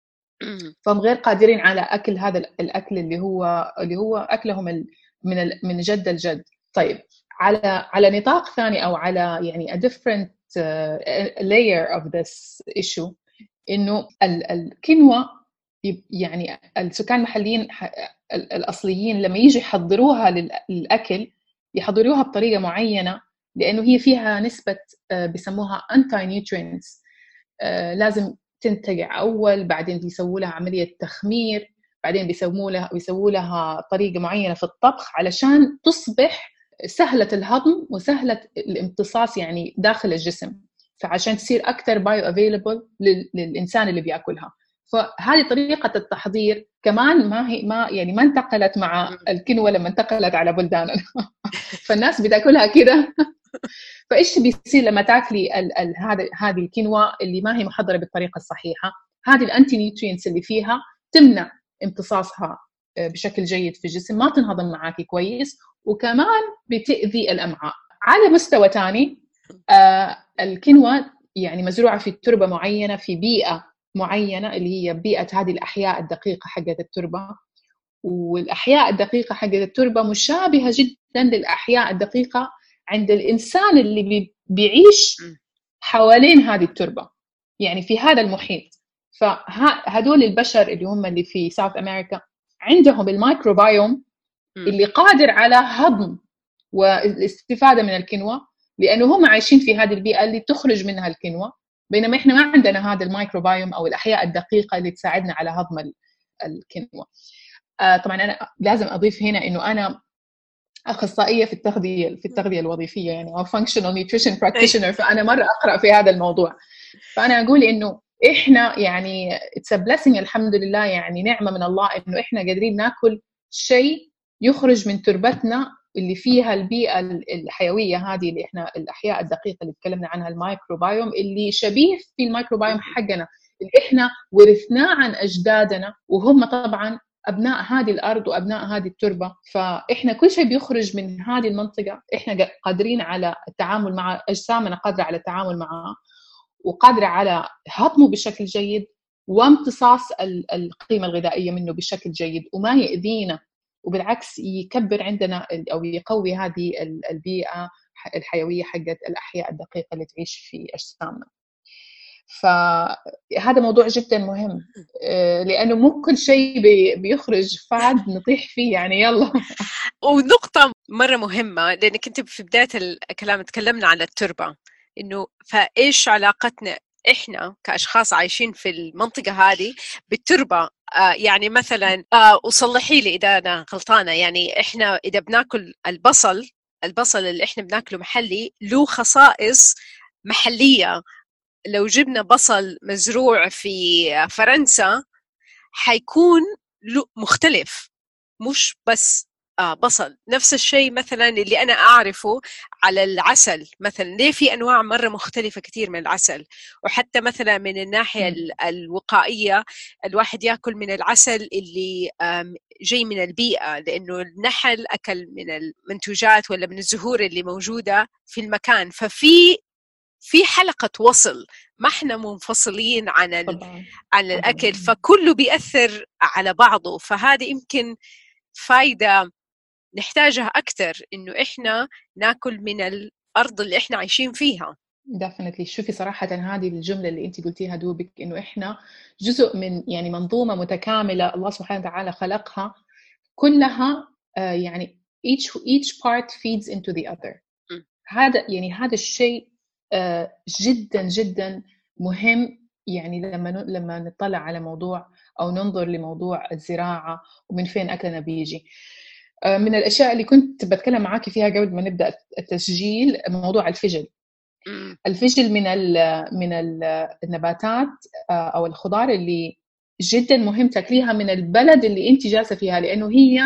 فهم غير قادرين على أكل هذا الأكل اللي هو اللي هو أكلهم من من جد الجد. طيب على على نطاق ثاني أو على يعني a different uh, layer of this issue، إنه الكينوا يعني السكان المحليين الأصليين لما يجي يحضروها للأكل يحضروها بطريقة معينة، لأنه هي فيها نسبة بيسموها anti-nutrients، لازم تنتقع أول، بعدين بيسووا لها عملية تخمير، بعدين بيسووا لها بيسووا لها طريقة معينة في الطبخ علشان تصبح سهلة الهضم وسهلة الامتصاص يعني داخل الجسم، فعشان تصير أكثر بايو افيلبل للإنسان اللي بيأكلها. فهذه طريقة التحضير كمان ما هي ما يعني ما انتقلت مع الكينوا لما انتقلت على بلداننا فالناس بتاكلها كده. فايش بيصير لما تاكلي هذا هذه الكينوا اللي ما هي محضره بالطريقه الصحيحه؟ هذه الانتي نيوترينتس اللي فيها تمنع امتصاصها بشكل جيد في الجسم، ما تنهضم معاكي كويس، وكمان بتاذي الامعاء. على مستوى ثاني آه الكينوا يعني مزروعه في تربه معينه في بيئه معينه اللي هي بيئه هذه الاحياء الدقيقه حقت التربه، والاحياء الدقيقه حقت التربه مشابهه جدا للاحياء الدقيقه عند الإنسان اللي بيعيش حوالين هذه التربة، يعني في هذا المحيط. فهدول البشر اللي هم اللي في ساوث أمريكا عندهم الميكروبايوم اللي قادر على هضم والاستفادة من الكينوا، لأنه هم عايشين في هذه البيئة اللي تخرج منها الكينوا، بينما إحنا ما عندنا هذا الميكروبايوم أو الأحياء الدقيقة اللي تساعدنا على هضم الكينوا. آه طبعا أنا لازم أضيف هنا إنه أنا أخصائية في التغذية في التغذية الوظيفية، يعني أو functional nutrition practitioner، فأنا مرة أقرأ في هذا الموضوع. فأنا أقول إنه إحنا يعني it's a blessing الحمد لله، يعني نعمة من الله إنه إحنا قادرين ناكل شيء يخرج من تربتنا اللي فيها البيئة الحيوية هذه اللي إحنا الأحياء الدقيقة اللي تكلمنا عنها، الميكروبايوم اللي شبيه في الميكروبايوم حقنا اللي إحنا ورثناه عن أجدادنا، وهم طبعا أبناء هذه الأرض وأبناء هذه التربة. فإحنا كل شيء بيخرج من هذه المنطقة إحنا قادرين على التعامل مع أجسامنا، قادرة على التعامل معه وقادرة على هضمه بشكل جيد وامتصاص القيمة الغذائية منه بشكل جيد وما يأذينا، وبالعكس يكبر عندنا أو يقوي هذه البيئة الحيوية حقت الأحياء الدقيقة اللي تعيش في أجسامنا. فهذا موضوع جدا مهم لأنه مو كل شيء بيخرج فعد نطيح فيه يعني يلا. ونقطة مرة مهمة لأنك أنت في بداية الكلام تكلمنا على التربة، إنه فإيش علاقتنا إحنا كأشخاص عايشين في المنطقة هذه بالتربة. آه يعني مثلا آه وصلحي لي إذا أنا غلطانة، يعني إحنا إذا بناكل البصل البصل اللي إحنا بناكله محلي له خصائص محلية. لو جبنا بصل مزروع في فرنسا حيكون له مختلف، مش بس آه بصل. نفس الشيء مثلا اللي أنا أعرفه على العسل مثلا، ليه في أنواع مرة مختلفة كتير من العسل. وحتى مثلا من الناحية الوقائية الواحد يأكل من العسل اللي جاي من البيئة، لأنه النحل أكل من المنتوجات ولا من الزهور اللي موجودة في المكان. ففي في حلقة وصل، ما احنا منفصلين عن ال... عن الأكل، فكله بيأثر على بعضه. فهذه يمكن فايدة نحتاجها أكثر، إنه إحنا ناكل من الأرض اللي إحنا عايشين فيها. definitely. شوفي صراحة هذه الجملة اللي أنت قلتيها دوبك، إنه إحنا جزء من يعني منظومة متكاملة الله سبحانه وتعالى خلقها كلها، آه يعني each each part feeds into the other. م. هذا يعني هذا الشيء آه جدا جدا مهم. يعني لما لما نطلع على موضوع أو ننظر لموضوع الزراعة ومن فين أكلنا بيجي، آه من الأشياء اللي كنت بتكلم معاكي فيها قبل ما نبدأ التسجيل موضوع الفجل. الفجل من ال من ال النباتات أو الخضار اللي جدا مهم تاكليها من البلد اللي أنت جالسة فيها، لأنه هي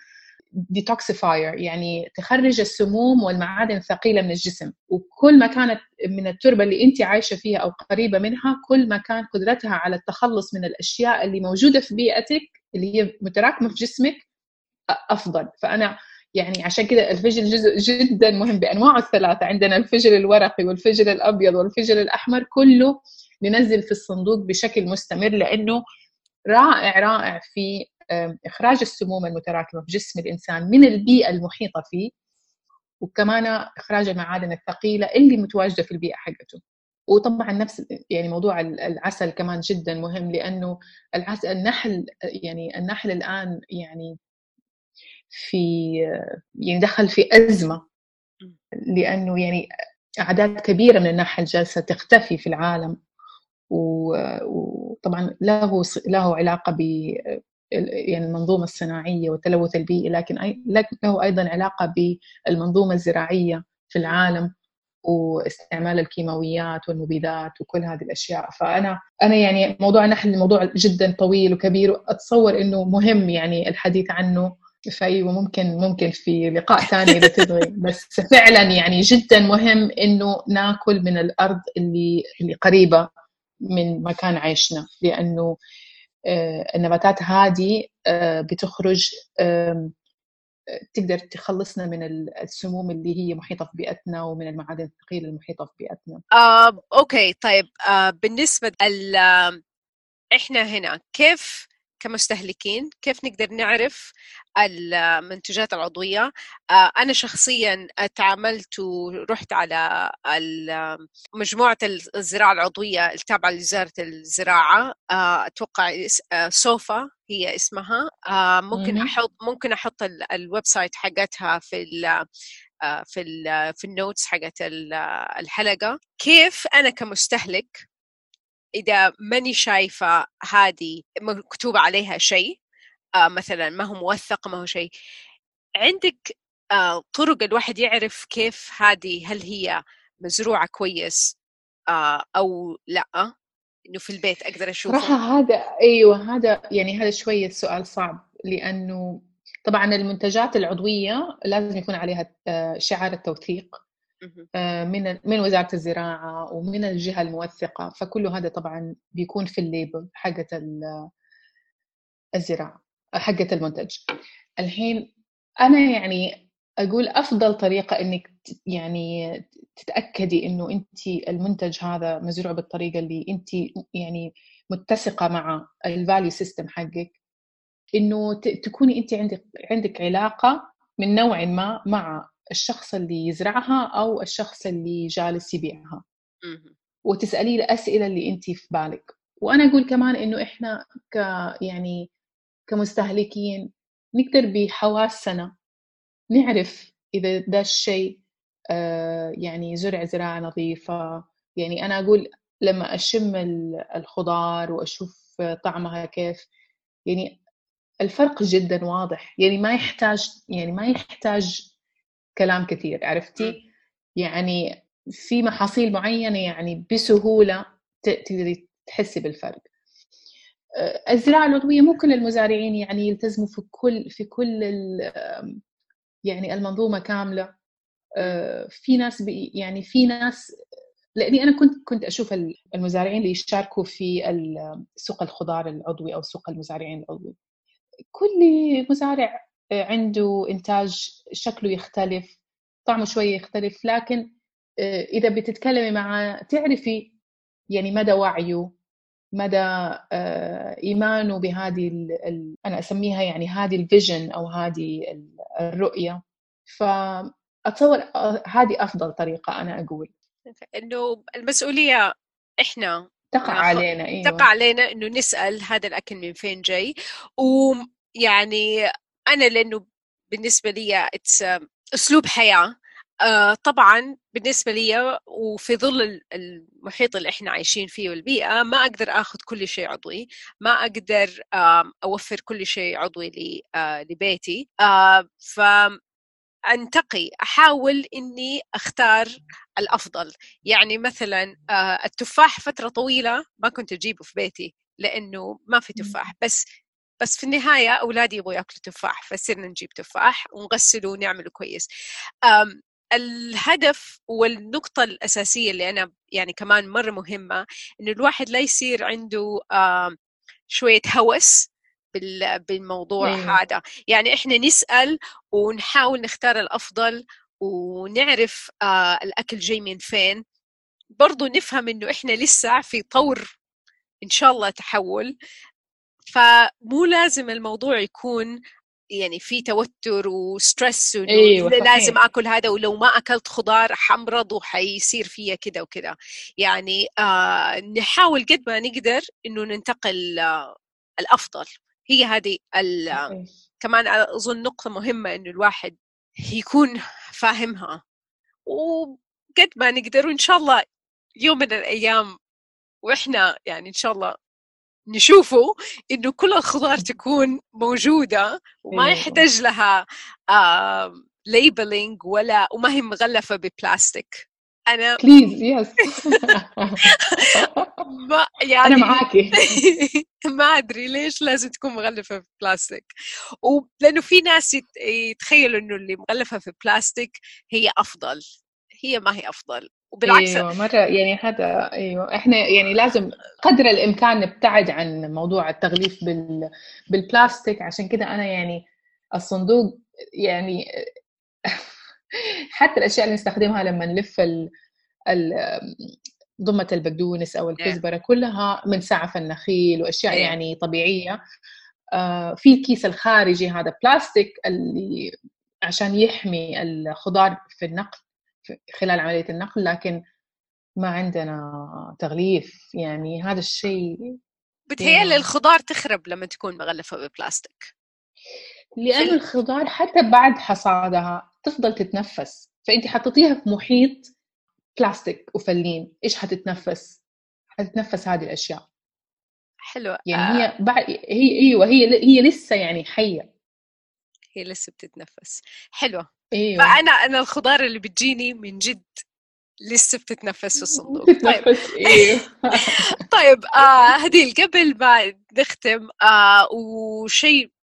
detoxifier، يعني تخرج السموم والمعادن الثقيلة من الجسم. وكل ما كانت من التربة اللي أنت عايشة فيها أو قريبة منها كل ما كان قدرتها على التخلص من الأشياء اللي موجودة في بيئتك اللي هي متراكمة في جسمك أفضل. فأنا يعني عشان كده الفجل جزء جدا مهم بأنواعه الثلاثة. عندنا الفجل الورقي والفجل الأبيض والفجل الأحمر، كله ننزل في الصندوق بشكل مستمر لأنه رائع رائع في إخراج السموم المتراكمة في جسم الإنسان من البيئة المحيطة فيه، وكمان إخراج المعادن الثقيلة اللي متواجدة في البيئة حقته. وطبعا نفس يعني موضوع العسل كمان جدا مهم، لأنه العسل النحل يعني النحل الآن يعني في يعني دخل في أزمة، لأنه يعني أعداد كبيرة من النحل جالسة تختفي في العالم. وطبعا له له علاقة ب يعني المنظومة الصناعية والتلوث البيئي، لكن له أيضا علاقة بالمنظومة الزراعية في العالم واستعمال الكيماويات والمبيدات وكل هذه الأشياء. فأنا أنا يعني موضوع النحل موضوع جدا طويل وكبير، وأتصور إنه مهم يعني الحديث عنه، فأيوة ممكن ممكن في لقاء ثاني إذا تبغي. بس فعلا يعني جدا مهم إنه ناكل من الأرض اللي اللي قريبة من مكان عيشنا، لأنه النباتات هذه بتخرج تقدر تخلصنا من السموم اللي هي محيطة في بيئتنا ومن المعادن الثقيلة المحيطة في بيئتنا. آه، أوكي طيب. آه، بالنسبة ال إحنا هنا كيف كمستهلكين كيف نقدر نعرف المنتجات العضوية؟ آه، أنا شخصياً تعاملت ورحت على مجموعة الزراعة العضوية التابعة لوزارة الزراعة، آه، أتوقع سوفا هي اسمها. آه، ممكن أحط ممكن أحط الويب سايت حقتها في ال في ال في النوتس حقت الحلقة. كيف أنا كمستهلك إذا ماني شايفة هذه مكتوب عليها شيء، آه مثلا ما هو موثق ما هو شيء، عندك آه طرق الواحد يعرف كيف هذه هل هي مزروعة كويس آه أو لا، إنه في البيت أقدر أشوفه؟ صراحة هذا أيوة هذا يعني هذا شوية سؤال صعب، لأنه طبعا المنتجات العضوية لازم يكون عليها شعار التوثيق من من وزارة الزراعة ومن الجهة الموثقة، فكل هذا طبعا بيكون في الليبل حقة الزراعة حقة المنتج. الحين أنا يعني أقول أفضل طريقة إنك يعني تتأكدي إنه أنت المنتج هذا مزروع بالطريقة اللي أنت يعني متسقة مع الفاليو سيستم حقك، إنه تكوني أنت عندك عندك علاقة من نوع ما مع الشخص اللي يزرعها أو الشخص اللي جالس يبيعها، وتسأليه الأسئلة اللي أنت في بالك. وأنا أقول كمان إنه إحنا ك يعني كمستهلكين نقدر بحواسنا نعرف إذا ده الشيء آه يعني زرع زراعة نظيفة. يعني أنا أقول لما أشم الخضار وأشوف طعمها كيف، يعني الفرق جدا واضح، يعني ما يحتاج يعني ما يحتاج كلام كثير، عرفتي؟ يعني في محاصيل معينة يعني بسهولة تقدري تحسي بالفرق. الزراعة العضوية مو كل المزارعين يعني يلتزموا في كل في كل يعني المنظومة كاملة. في ناس بي يعني في ناس، لأني أنا كنت كنت أشوف المزارعين اللي يشاركوا في سوق الخضار العضوي أو سوق المزارعين العضوي، كل مزارع عنده إنتاج شكله يختلف، طعمه شوية يختلف، لكن إذا بتتكلمي معه تعرفي يعني مدى وعيه، مدى إيمانه بهذه ال أنا أسميها يعني هذه الفيجن أو هذه الرؤية. فأتصور هذه أفضل طريقة أنا أقول إنه المسؤولية إحنا تقع علينا. أيوة. تقع علينا إنه نسأل هذا الأكل من فين جاي. ويعني أنا لأنه بالنسبة لي أسلوب حياة آه طبعا بالنسبة لي وفي ظل المحيط اللي احنا عايشين فيه والبيئة ما أقدر أخذ كل شيء عضوي، ما أقدر آه أوفر كل شيء عضوي لي آه لبيتي. آه فأنتقي أحاول إني أختار الأفضل. يعني مثلا آه التفاح فترة طويلة ما كنت أجيبه في بيتي لأنه ما في تفاح، بس بس في النهاية أولادي يبغوا يأكلوا تفاح فصرنا نجيب تفاح ونغسله ونعمله كويس. آم الهدف والنقطة الأساسية اللي أنا يعني كمان مرة مهمة إنه الواحد لا يصير عنده شوية هوس بالموضوع. أيوة. هذا يعني إحنا نسأل ونحاول نختار الأفضل ونعرف آه الأكل جاي من فين. برضو نفهم إنه إحنا لسه في طور إن شاء الله تحول، فمو لازم الموضوع يكون يعني في توتر وستريس وإنه أيوة لازم أكل هذا ولو ما أكلت خضار حمرض وحيصير فيها كده وكده. يعني آه نحاول قد ما نقدر إنه ننتقل آه الأفضل. هي هذه كمان أظن نقطة مهمة إنه الواحد يكون فاهمها، وقد ما نقدر وإن شاء الله يوم من الأيام وإحنا يعني إن شاء الله نشوفه إنه كل الخضار تكون موجودة وما يحتاج لها آه ليبلينج ولا وما هي مغلفة ببلاستيك. أنا بليز يس ما يعني أنا معاكي ما أدري ليش لازم تكون مغلفة في بلاستيك، ولأنه في ناس يتخيلوا إنه اللي مغلفة في بلاستيك هي أفضل. هي ما هي أفضل، وبالعكس. أيوة مرة يعني هذا أيوة إحنا يعني لازم قدر الإمكان نبتعد عن موضوع التغليف بال بالبلاستيك. عشان كده أنا يعني الصندوق يعني حتى الأشياء اللي نستخدمها لما نلف ال ال ضمة البقدونس أو الكزبرة كلها من سعف النخيل وأشياء يعني طبيعية. آه في الكيس الخارجي هذا بلاستيك اللي عشان يحمي الخضار في النقل خلال عملية النقل، لكن ما عندنا تغليف. يعني هذا الشيء بتهيألي الخضار تخرب لما تكون مغلفة ببلاستيك، لأن الخضار حتى بعد حصادها تفضل تتنفس، فأنت حطيتيها في محيط بلاستيك وفلين، إيش حتتنفس؟ حتتنفس هذه الأشياء. حلوة. يعني آه. هي بعد هي أيوة هي هي لسه يعني حية، هي لسه بتتنفس. حلوة. أيوة. فأنا أنا الخضار اللي بتجيني من جد لسه بتتنفس في الصندوق. بتتنفس. طيب. ايوه طيب آه هديل قبل ما نختم آه وشيء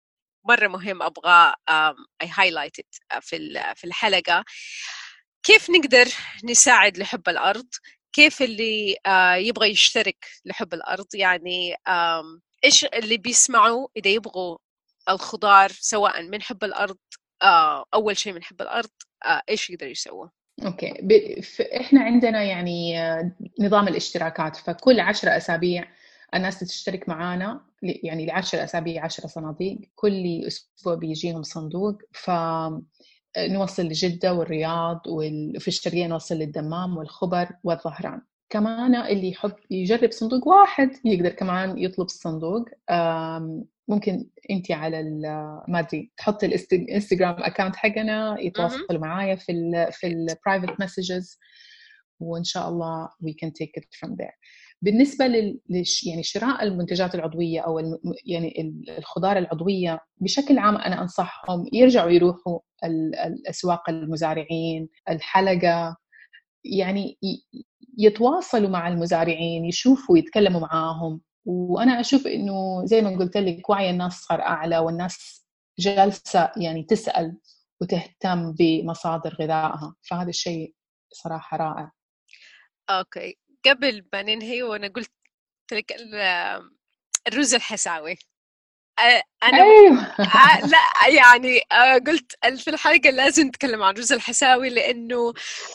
مرة مهم أبغى I highlight it في في الحلقة. كيف نقدر نساعد لحب الأرض؟ كيف اللي يبغى يشترك لحب الأرض؟ يعني إيش اللي بيسمعوا إذا يبغوا الخضار سواء من حب الأرض، أول شيء من حب الأرض، إيش يقدر يسووا؟ أوكي، إحنا عندنا يعني نظام الاشتراكات، فكل عشرة أسابيع الناس تشترك معانا، يعني لعشر أسابيع عشرة صناديق، كل أسبوع بيجيهم صندوق، فنوصل لجدة والرياض، وفي الشرقية نوصل للدمام والخبر والظهران. كمان اللي يحب يجرب صندوق واحد يقدر كمان يطلب الصندوق. ممكن انت على ما ادري تحط الانستغرام اكاونت حقنا، يتواصلوا معايا في ال في البرايفت مسجز، وان شاء الله we can take it from there. بالنسبه لل يعني شراء المنتجات العضويه او الم... يعني الخضار العضويه بشكل عام، انا انصحهم يرجعوا يروحوا الاسواق المزارعين، الحلقه، يعني يتواصلوا مع المزارعين، يشوفوا، يتكلموا معاهم. وانا اشوف انه زي ما قلت لك وعي الناس صار اعلى، والناس جالسه يعني تسال وتهتم بمصادر غذائها، فهذا الشيء صراحه رائع. اوكي، قبل ما ننهي وانا قلت لك الرز الحساوي، أنا أيوة. لا يعني قلت في الحلقة لازم نتكلم عن الرز الحساوي لأنه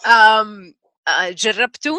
جربته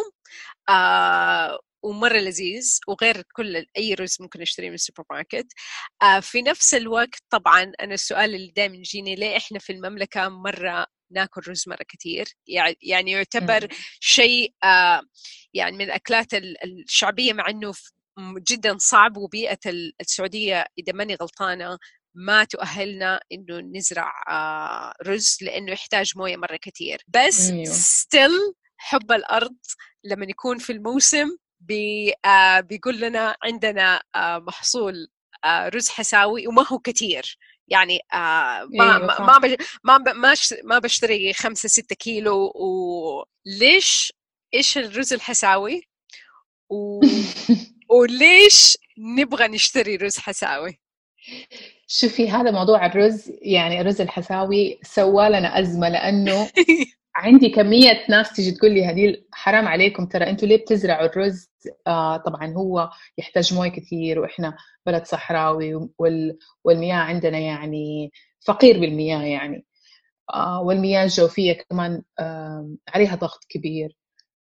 ومرة لذيذ، وغير كل أي رز ممكن نشتريه من السوبر ماركت. في نفس الوقت طبعا أنا السؤال اللي دائما يجيني، ليه إحنا في المملكة مرة ناكل رز مرة كتير؟ يعني يعتبر شيء يعني من الأكلات الشعبية، مع أنه جدا صعب، وبيئة السعودية إذا ماني غلطانة ما تؤهلنا إنه نزرع رز لأنه يحتاج موية مرة كتير. بس still حب الأرض لما يكون في الموسم بي بيقول لنا عندنا محصول رز حساوي وما هو كتير، يعني ما ما ما ما ما بشتري خمسة ستة كيلو. وليش إيش الرز الحساوي و وليش نبغى نشتري رز حساوي؟ شوفي، هذا موضوع الرز، يعني الرز الحساوي سوى لنا أزمة، لأنه عندي كمية ناس تيجي تقول لي هديل حرام عليكم، ترى أنتوا ليه بتزرعوا الرز؟ آه طبعا هو يحتاج موية كثير، وإحنا بلد صحراوي، وال... والمياه عندنا يعني فقير بالمياه يعني، آه والمياه الجوفية كمان آه عليها ضغط كبير،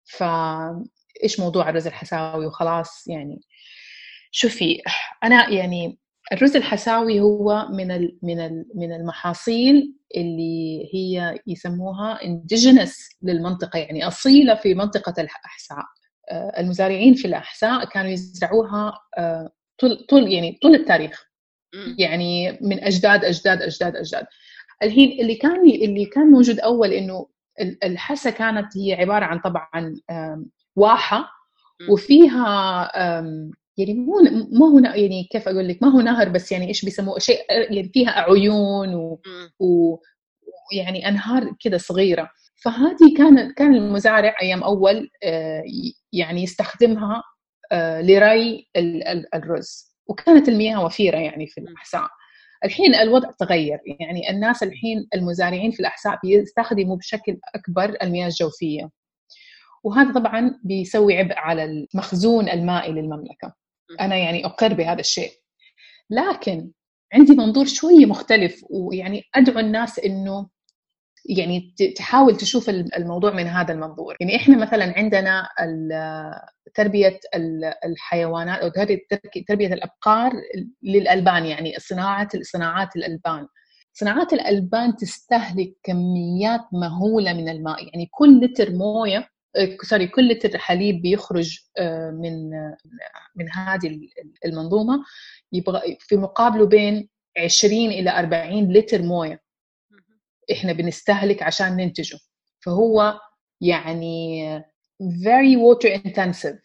فإيش موضوع الرز الحساوي وخلاص يعني. شوفي، أنا يعني الرز الحساوي هو من من من المحاصيل اللي هي يسموها indigenous للمنطقة، يعني أصيلة في منطقة الأحساء. المزارعين في الأحساء كانوا يزرعوها طول طول يعني طول التاريخ، يعني من أجداد أجداد أجداد أجداد. الحين اللي كان اللي كان موجود أول إنه الحسا كانت هي عبارة عن طبعا واحة، وفيها يعني مو ما هو يعني كيف اقول لك، ما هو نهر بس، يعني ايش بيسموه شيء يعني فيها عيون و... و... ويعني انهار كده صغيره. فهذه كان كان المزارع ايام اول يعني يستخدمها لري الرز، وكانت المياه وفيره يعني في الاحساء. الحين الوضع تغير، يعني الناس الحين المزارعين في الاحساء بيستخدموا بشكل اكبر المياه الجوفيه، وهذا طبعا بيسوي عبء على المخزون المائي للمملكة. أنا يعني أقر بهذا الشيء، لكن عندي منظور شوية مختلف، ويعني أدعو الناس إنه يعني تحاول تشوف الموضوع من هذا المنظور. يعني إحنا مثلا عندنا تربية الحيوانات أو تربية الأبقار للألبان، يعني صناعة صناعات الألبان. صناعات الألبان تستهلك كميات مهولة من الماء، يعني كل لتر موية سوري كل لتر حليب بيخرج من من هذه المنظومة يبغى في مقابله بين عشرين إلى أربعين لتر موية إحنا بنستهلك عشان ننتجه. فهو يعني very water intensive.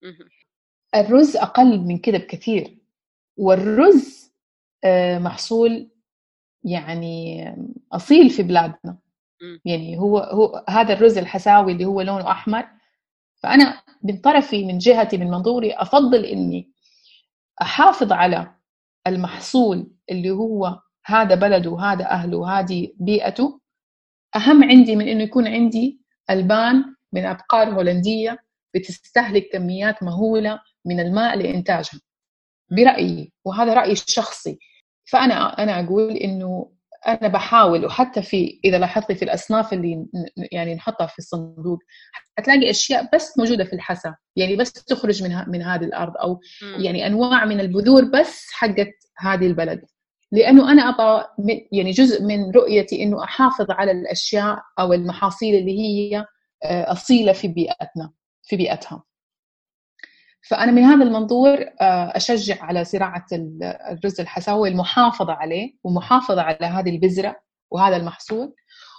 الرز أقل من كده بكثير، والرز محصول يعني أصيل في بلادنا. يعني هو هو هذا الرز الحساوي اللي هو لونه أحمر. فأنا من طرفي، من جهتي، من منظوري، أفضل إني أحافظ على المحصول اللي هو هذا بلده وهذا أهله وهذه بيئته أهم عندي من إنه يكون عندي ألبان من أبقار هولندية بتستهلك كميات مهولة من الماء لإنتاجها برأيي، وهذا رأيي الشخصي. فأنا أنا أقول إنه أنا بحاول، وحتى في إذا لاحظتي في الأصناف اللي يعني نحطها في الصندوق هتلاقي أشياء بس موجودة في الحسا، يعني بس تخرج من من هذه الأرض، أو يعني أنواع من البذور بس حقت هذه البلد، لأنه أنا أبغى يعني جزء من رؤيتي إنه أحافظ على الأشياء أو المحاصيل اللي هي أصيلة في بيئتنا في بيئتها. فأنا من هذا المنظور أشجع على زراعة الرز الحساوي، المحافظة عليه ومحافظة على هذه البذرة وهذا المحصول،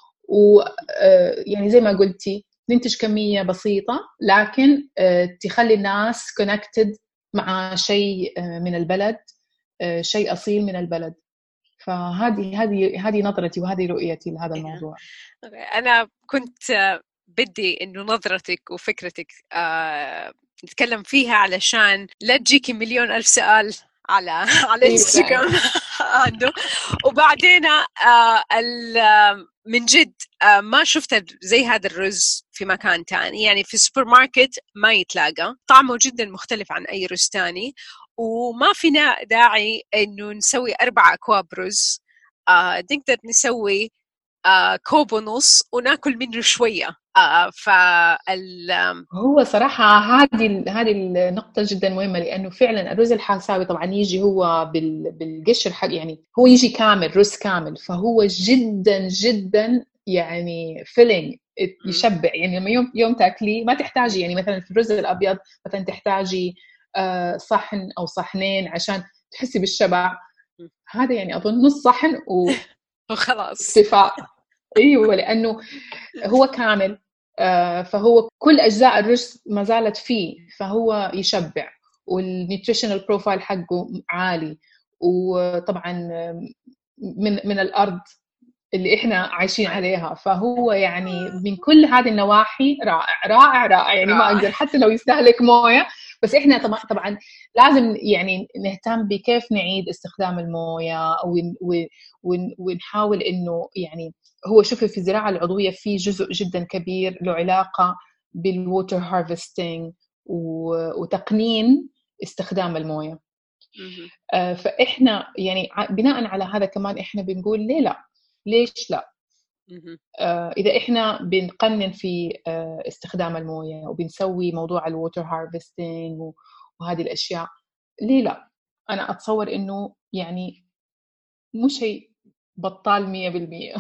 ويعني زي ما قلتي ننتج كمية بسيطة لكن تخلي الناس connected مع شيء من البلد، شيء أصيل من البلد. فهذه هذه هذه نظرتي وهذه رؤيتي لهذا الموضوع. أنا كنت بدي إنه نظرتك وفكرتك آه نتكلم فيها علشان لا تجيكي مليون ألف سؤال على على انستغرام عنده. وبعدين آه من جد آه ما شفت زي هذا الرز في مكان تاني، يعني في السوبر ماركت ما يتلاقى، طعمه جدا مختلف عن أي رز تاني، وما فينا داعي إنه نسوي أربع أكواب رز. آه نقدر نسوي آه كوب ونص وناكل منه شوية. آه فال هو صراحة هذه هذه النقطة جدا مهمة، لأنه فعلا الرز الحساوي طبعا يجي هو بال بالقشر حق، يعني هو يجي كامل، رز كامل، فهو جدا جدا يعني فيلينج، يشبع. يعني لما يوم يوم تاكلي ما تحتاجي، يعني مثلا في الرز الأبيض مثلا تحتاجي آه صحن أو صحنين عشان تحسي بالشبع. هذا يعني أظن نص صحن و وخلاص اكتفاء. ايوه، لانه هو كامل، فهو كل اجزاء الرز ما زالت فيه، فهو يشبع، والنيوتريشنال بروفايل حقه عالي، وطبعا من من الارض اللي احنا عايشين عليها، فهو يعني من كل هذه النواحي رائع رائع رائع. يعني ما اقدر حتى لو يستهلك مويه، بس احنا طبعا طبعا لازم يعني نهتم بكيف نعيد استخدام المويه، ونحاول انه يعني هو شوفي في الزراعه العضويه في جزء جدا كبير له علاقه بالووتر هارفستنج وتقنين استخدام المويه. فاحنا يعني بناء على هذا كمان احنا بنقول ليه لا، ليش لا؟ آه إذا إحنا بنقنن في آه استخدام الموية وبنسوي موضوع الووتر هارفستينج وهذه الأشياء، ليه لا؟ أنا أتصور إنه يعني مش شيء بطال مية بالمية.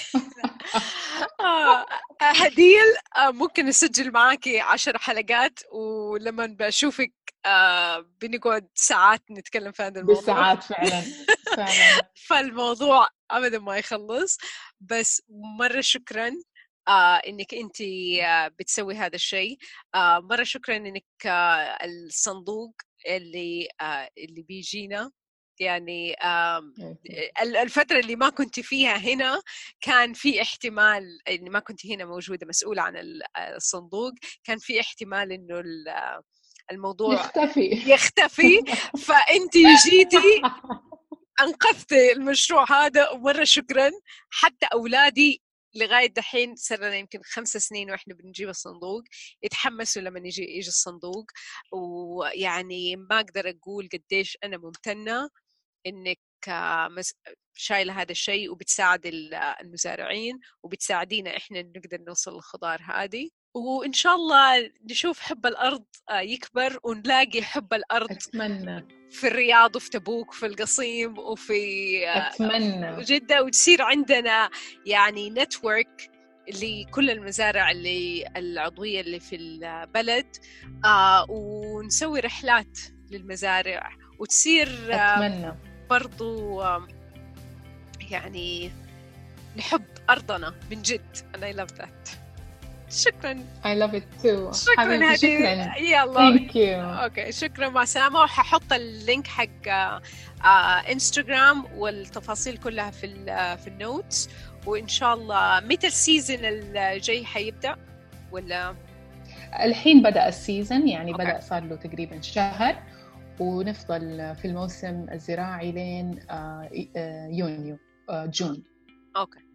هديل ممكن نسجل معاكي عشر حلقات، ولما بشوفك بنقعد ساعات نتكلم في هذا الموضوع. بالساعات فعلا فعلا. فالموضوع أبدا ما يخلص. بس مرة شكرا آه إنك أنت آه بتسوي هذا الشيء. آه مرة شكرا إنك آه الصندوق اللي آه اللي بيجينا، يعني الفترة اللي ما كنت فيها هنا كان في احتمال إن ما كنت هنا موجودة مسؤولة عن الصندوق، كان في احتمال إنه الموضوع يختفي يختفي فأنت جيتي أنقذتي المشروع هذا، ومرة شكرا. حتى أولادي لغاية دحين صرنا يمكن خمس سنين وإحنا بنجيب الصندوق يتحمسوا لما يجي يجي الصندوق، ويعني ما أقدر أقول قديش أنا ممتنة إنك شايلة هذا الشيء وبتساعد المزارعين وبتساعدينا إحنا نقدر نوصل للخضار هذه. وإن شاء الله نشوف حب الأرض يكبر ونلاقي حب الأرض أتمنى في الرياض وفي تبوك وفي القصيم وفي أتمنى جدة، وتصير عندنا يعني نتورك لكل المزارع اللي العضوية اللي في البلد، آه ونسوي رحلات للمزارع وتصير أتمنى برضو آه يعني نحب أرضنا من جد. and I love that. شكرا. I love it too. شكرا هدي. يلا. Thank you. أوكي شكرا مع سلامة. وححط اللينك حق آه إنستغرام والتفاصيل كلها في في النوتس. وإن شاء الله متى السيزن الجاي حيبدأ ولا؟ الحين بدأ السيزن، يعني أوكي. بدأ صار له تقريبا شهر، ونفضل في الموسم الزراعي لين يونيو جون. أوكي.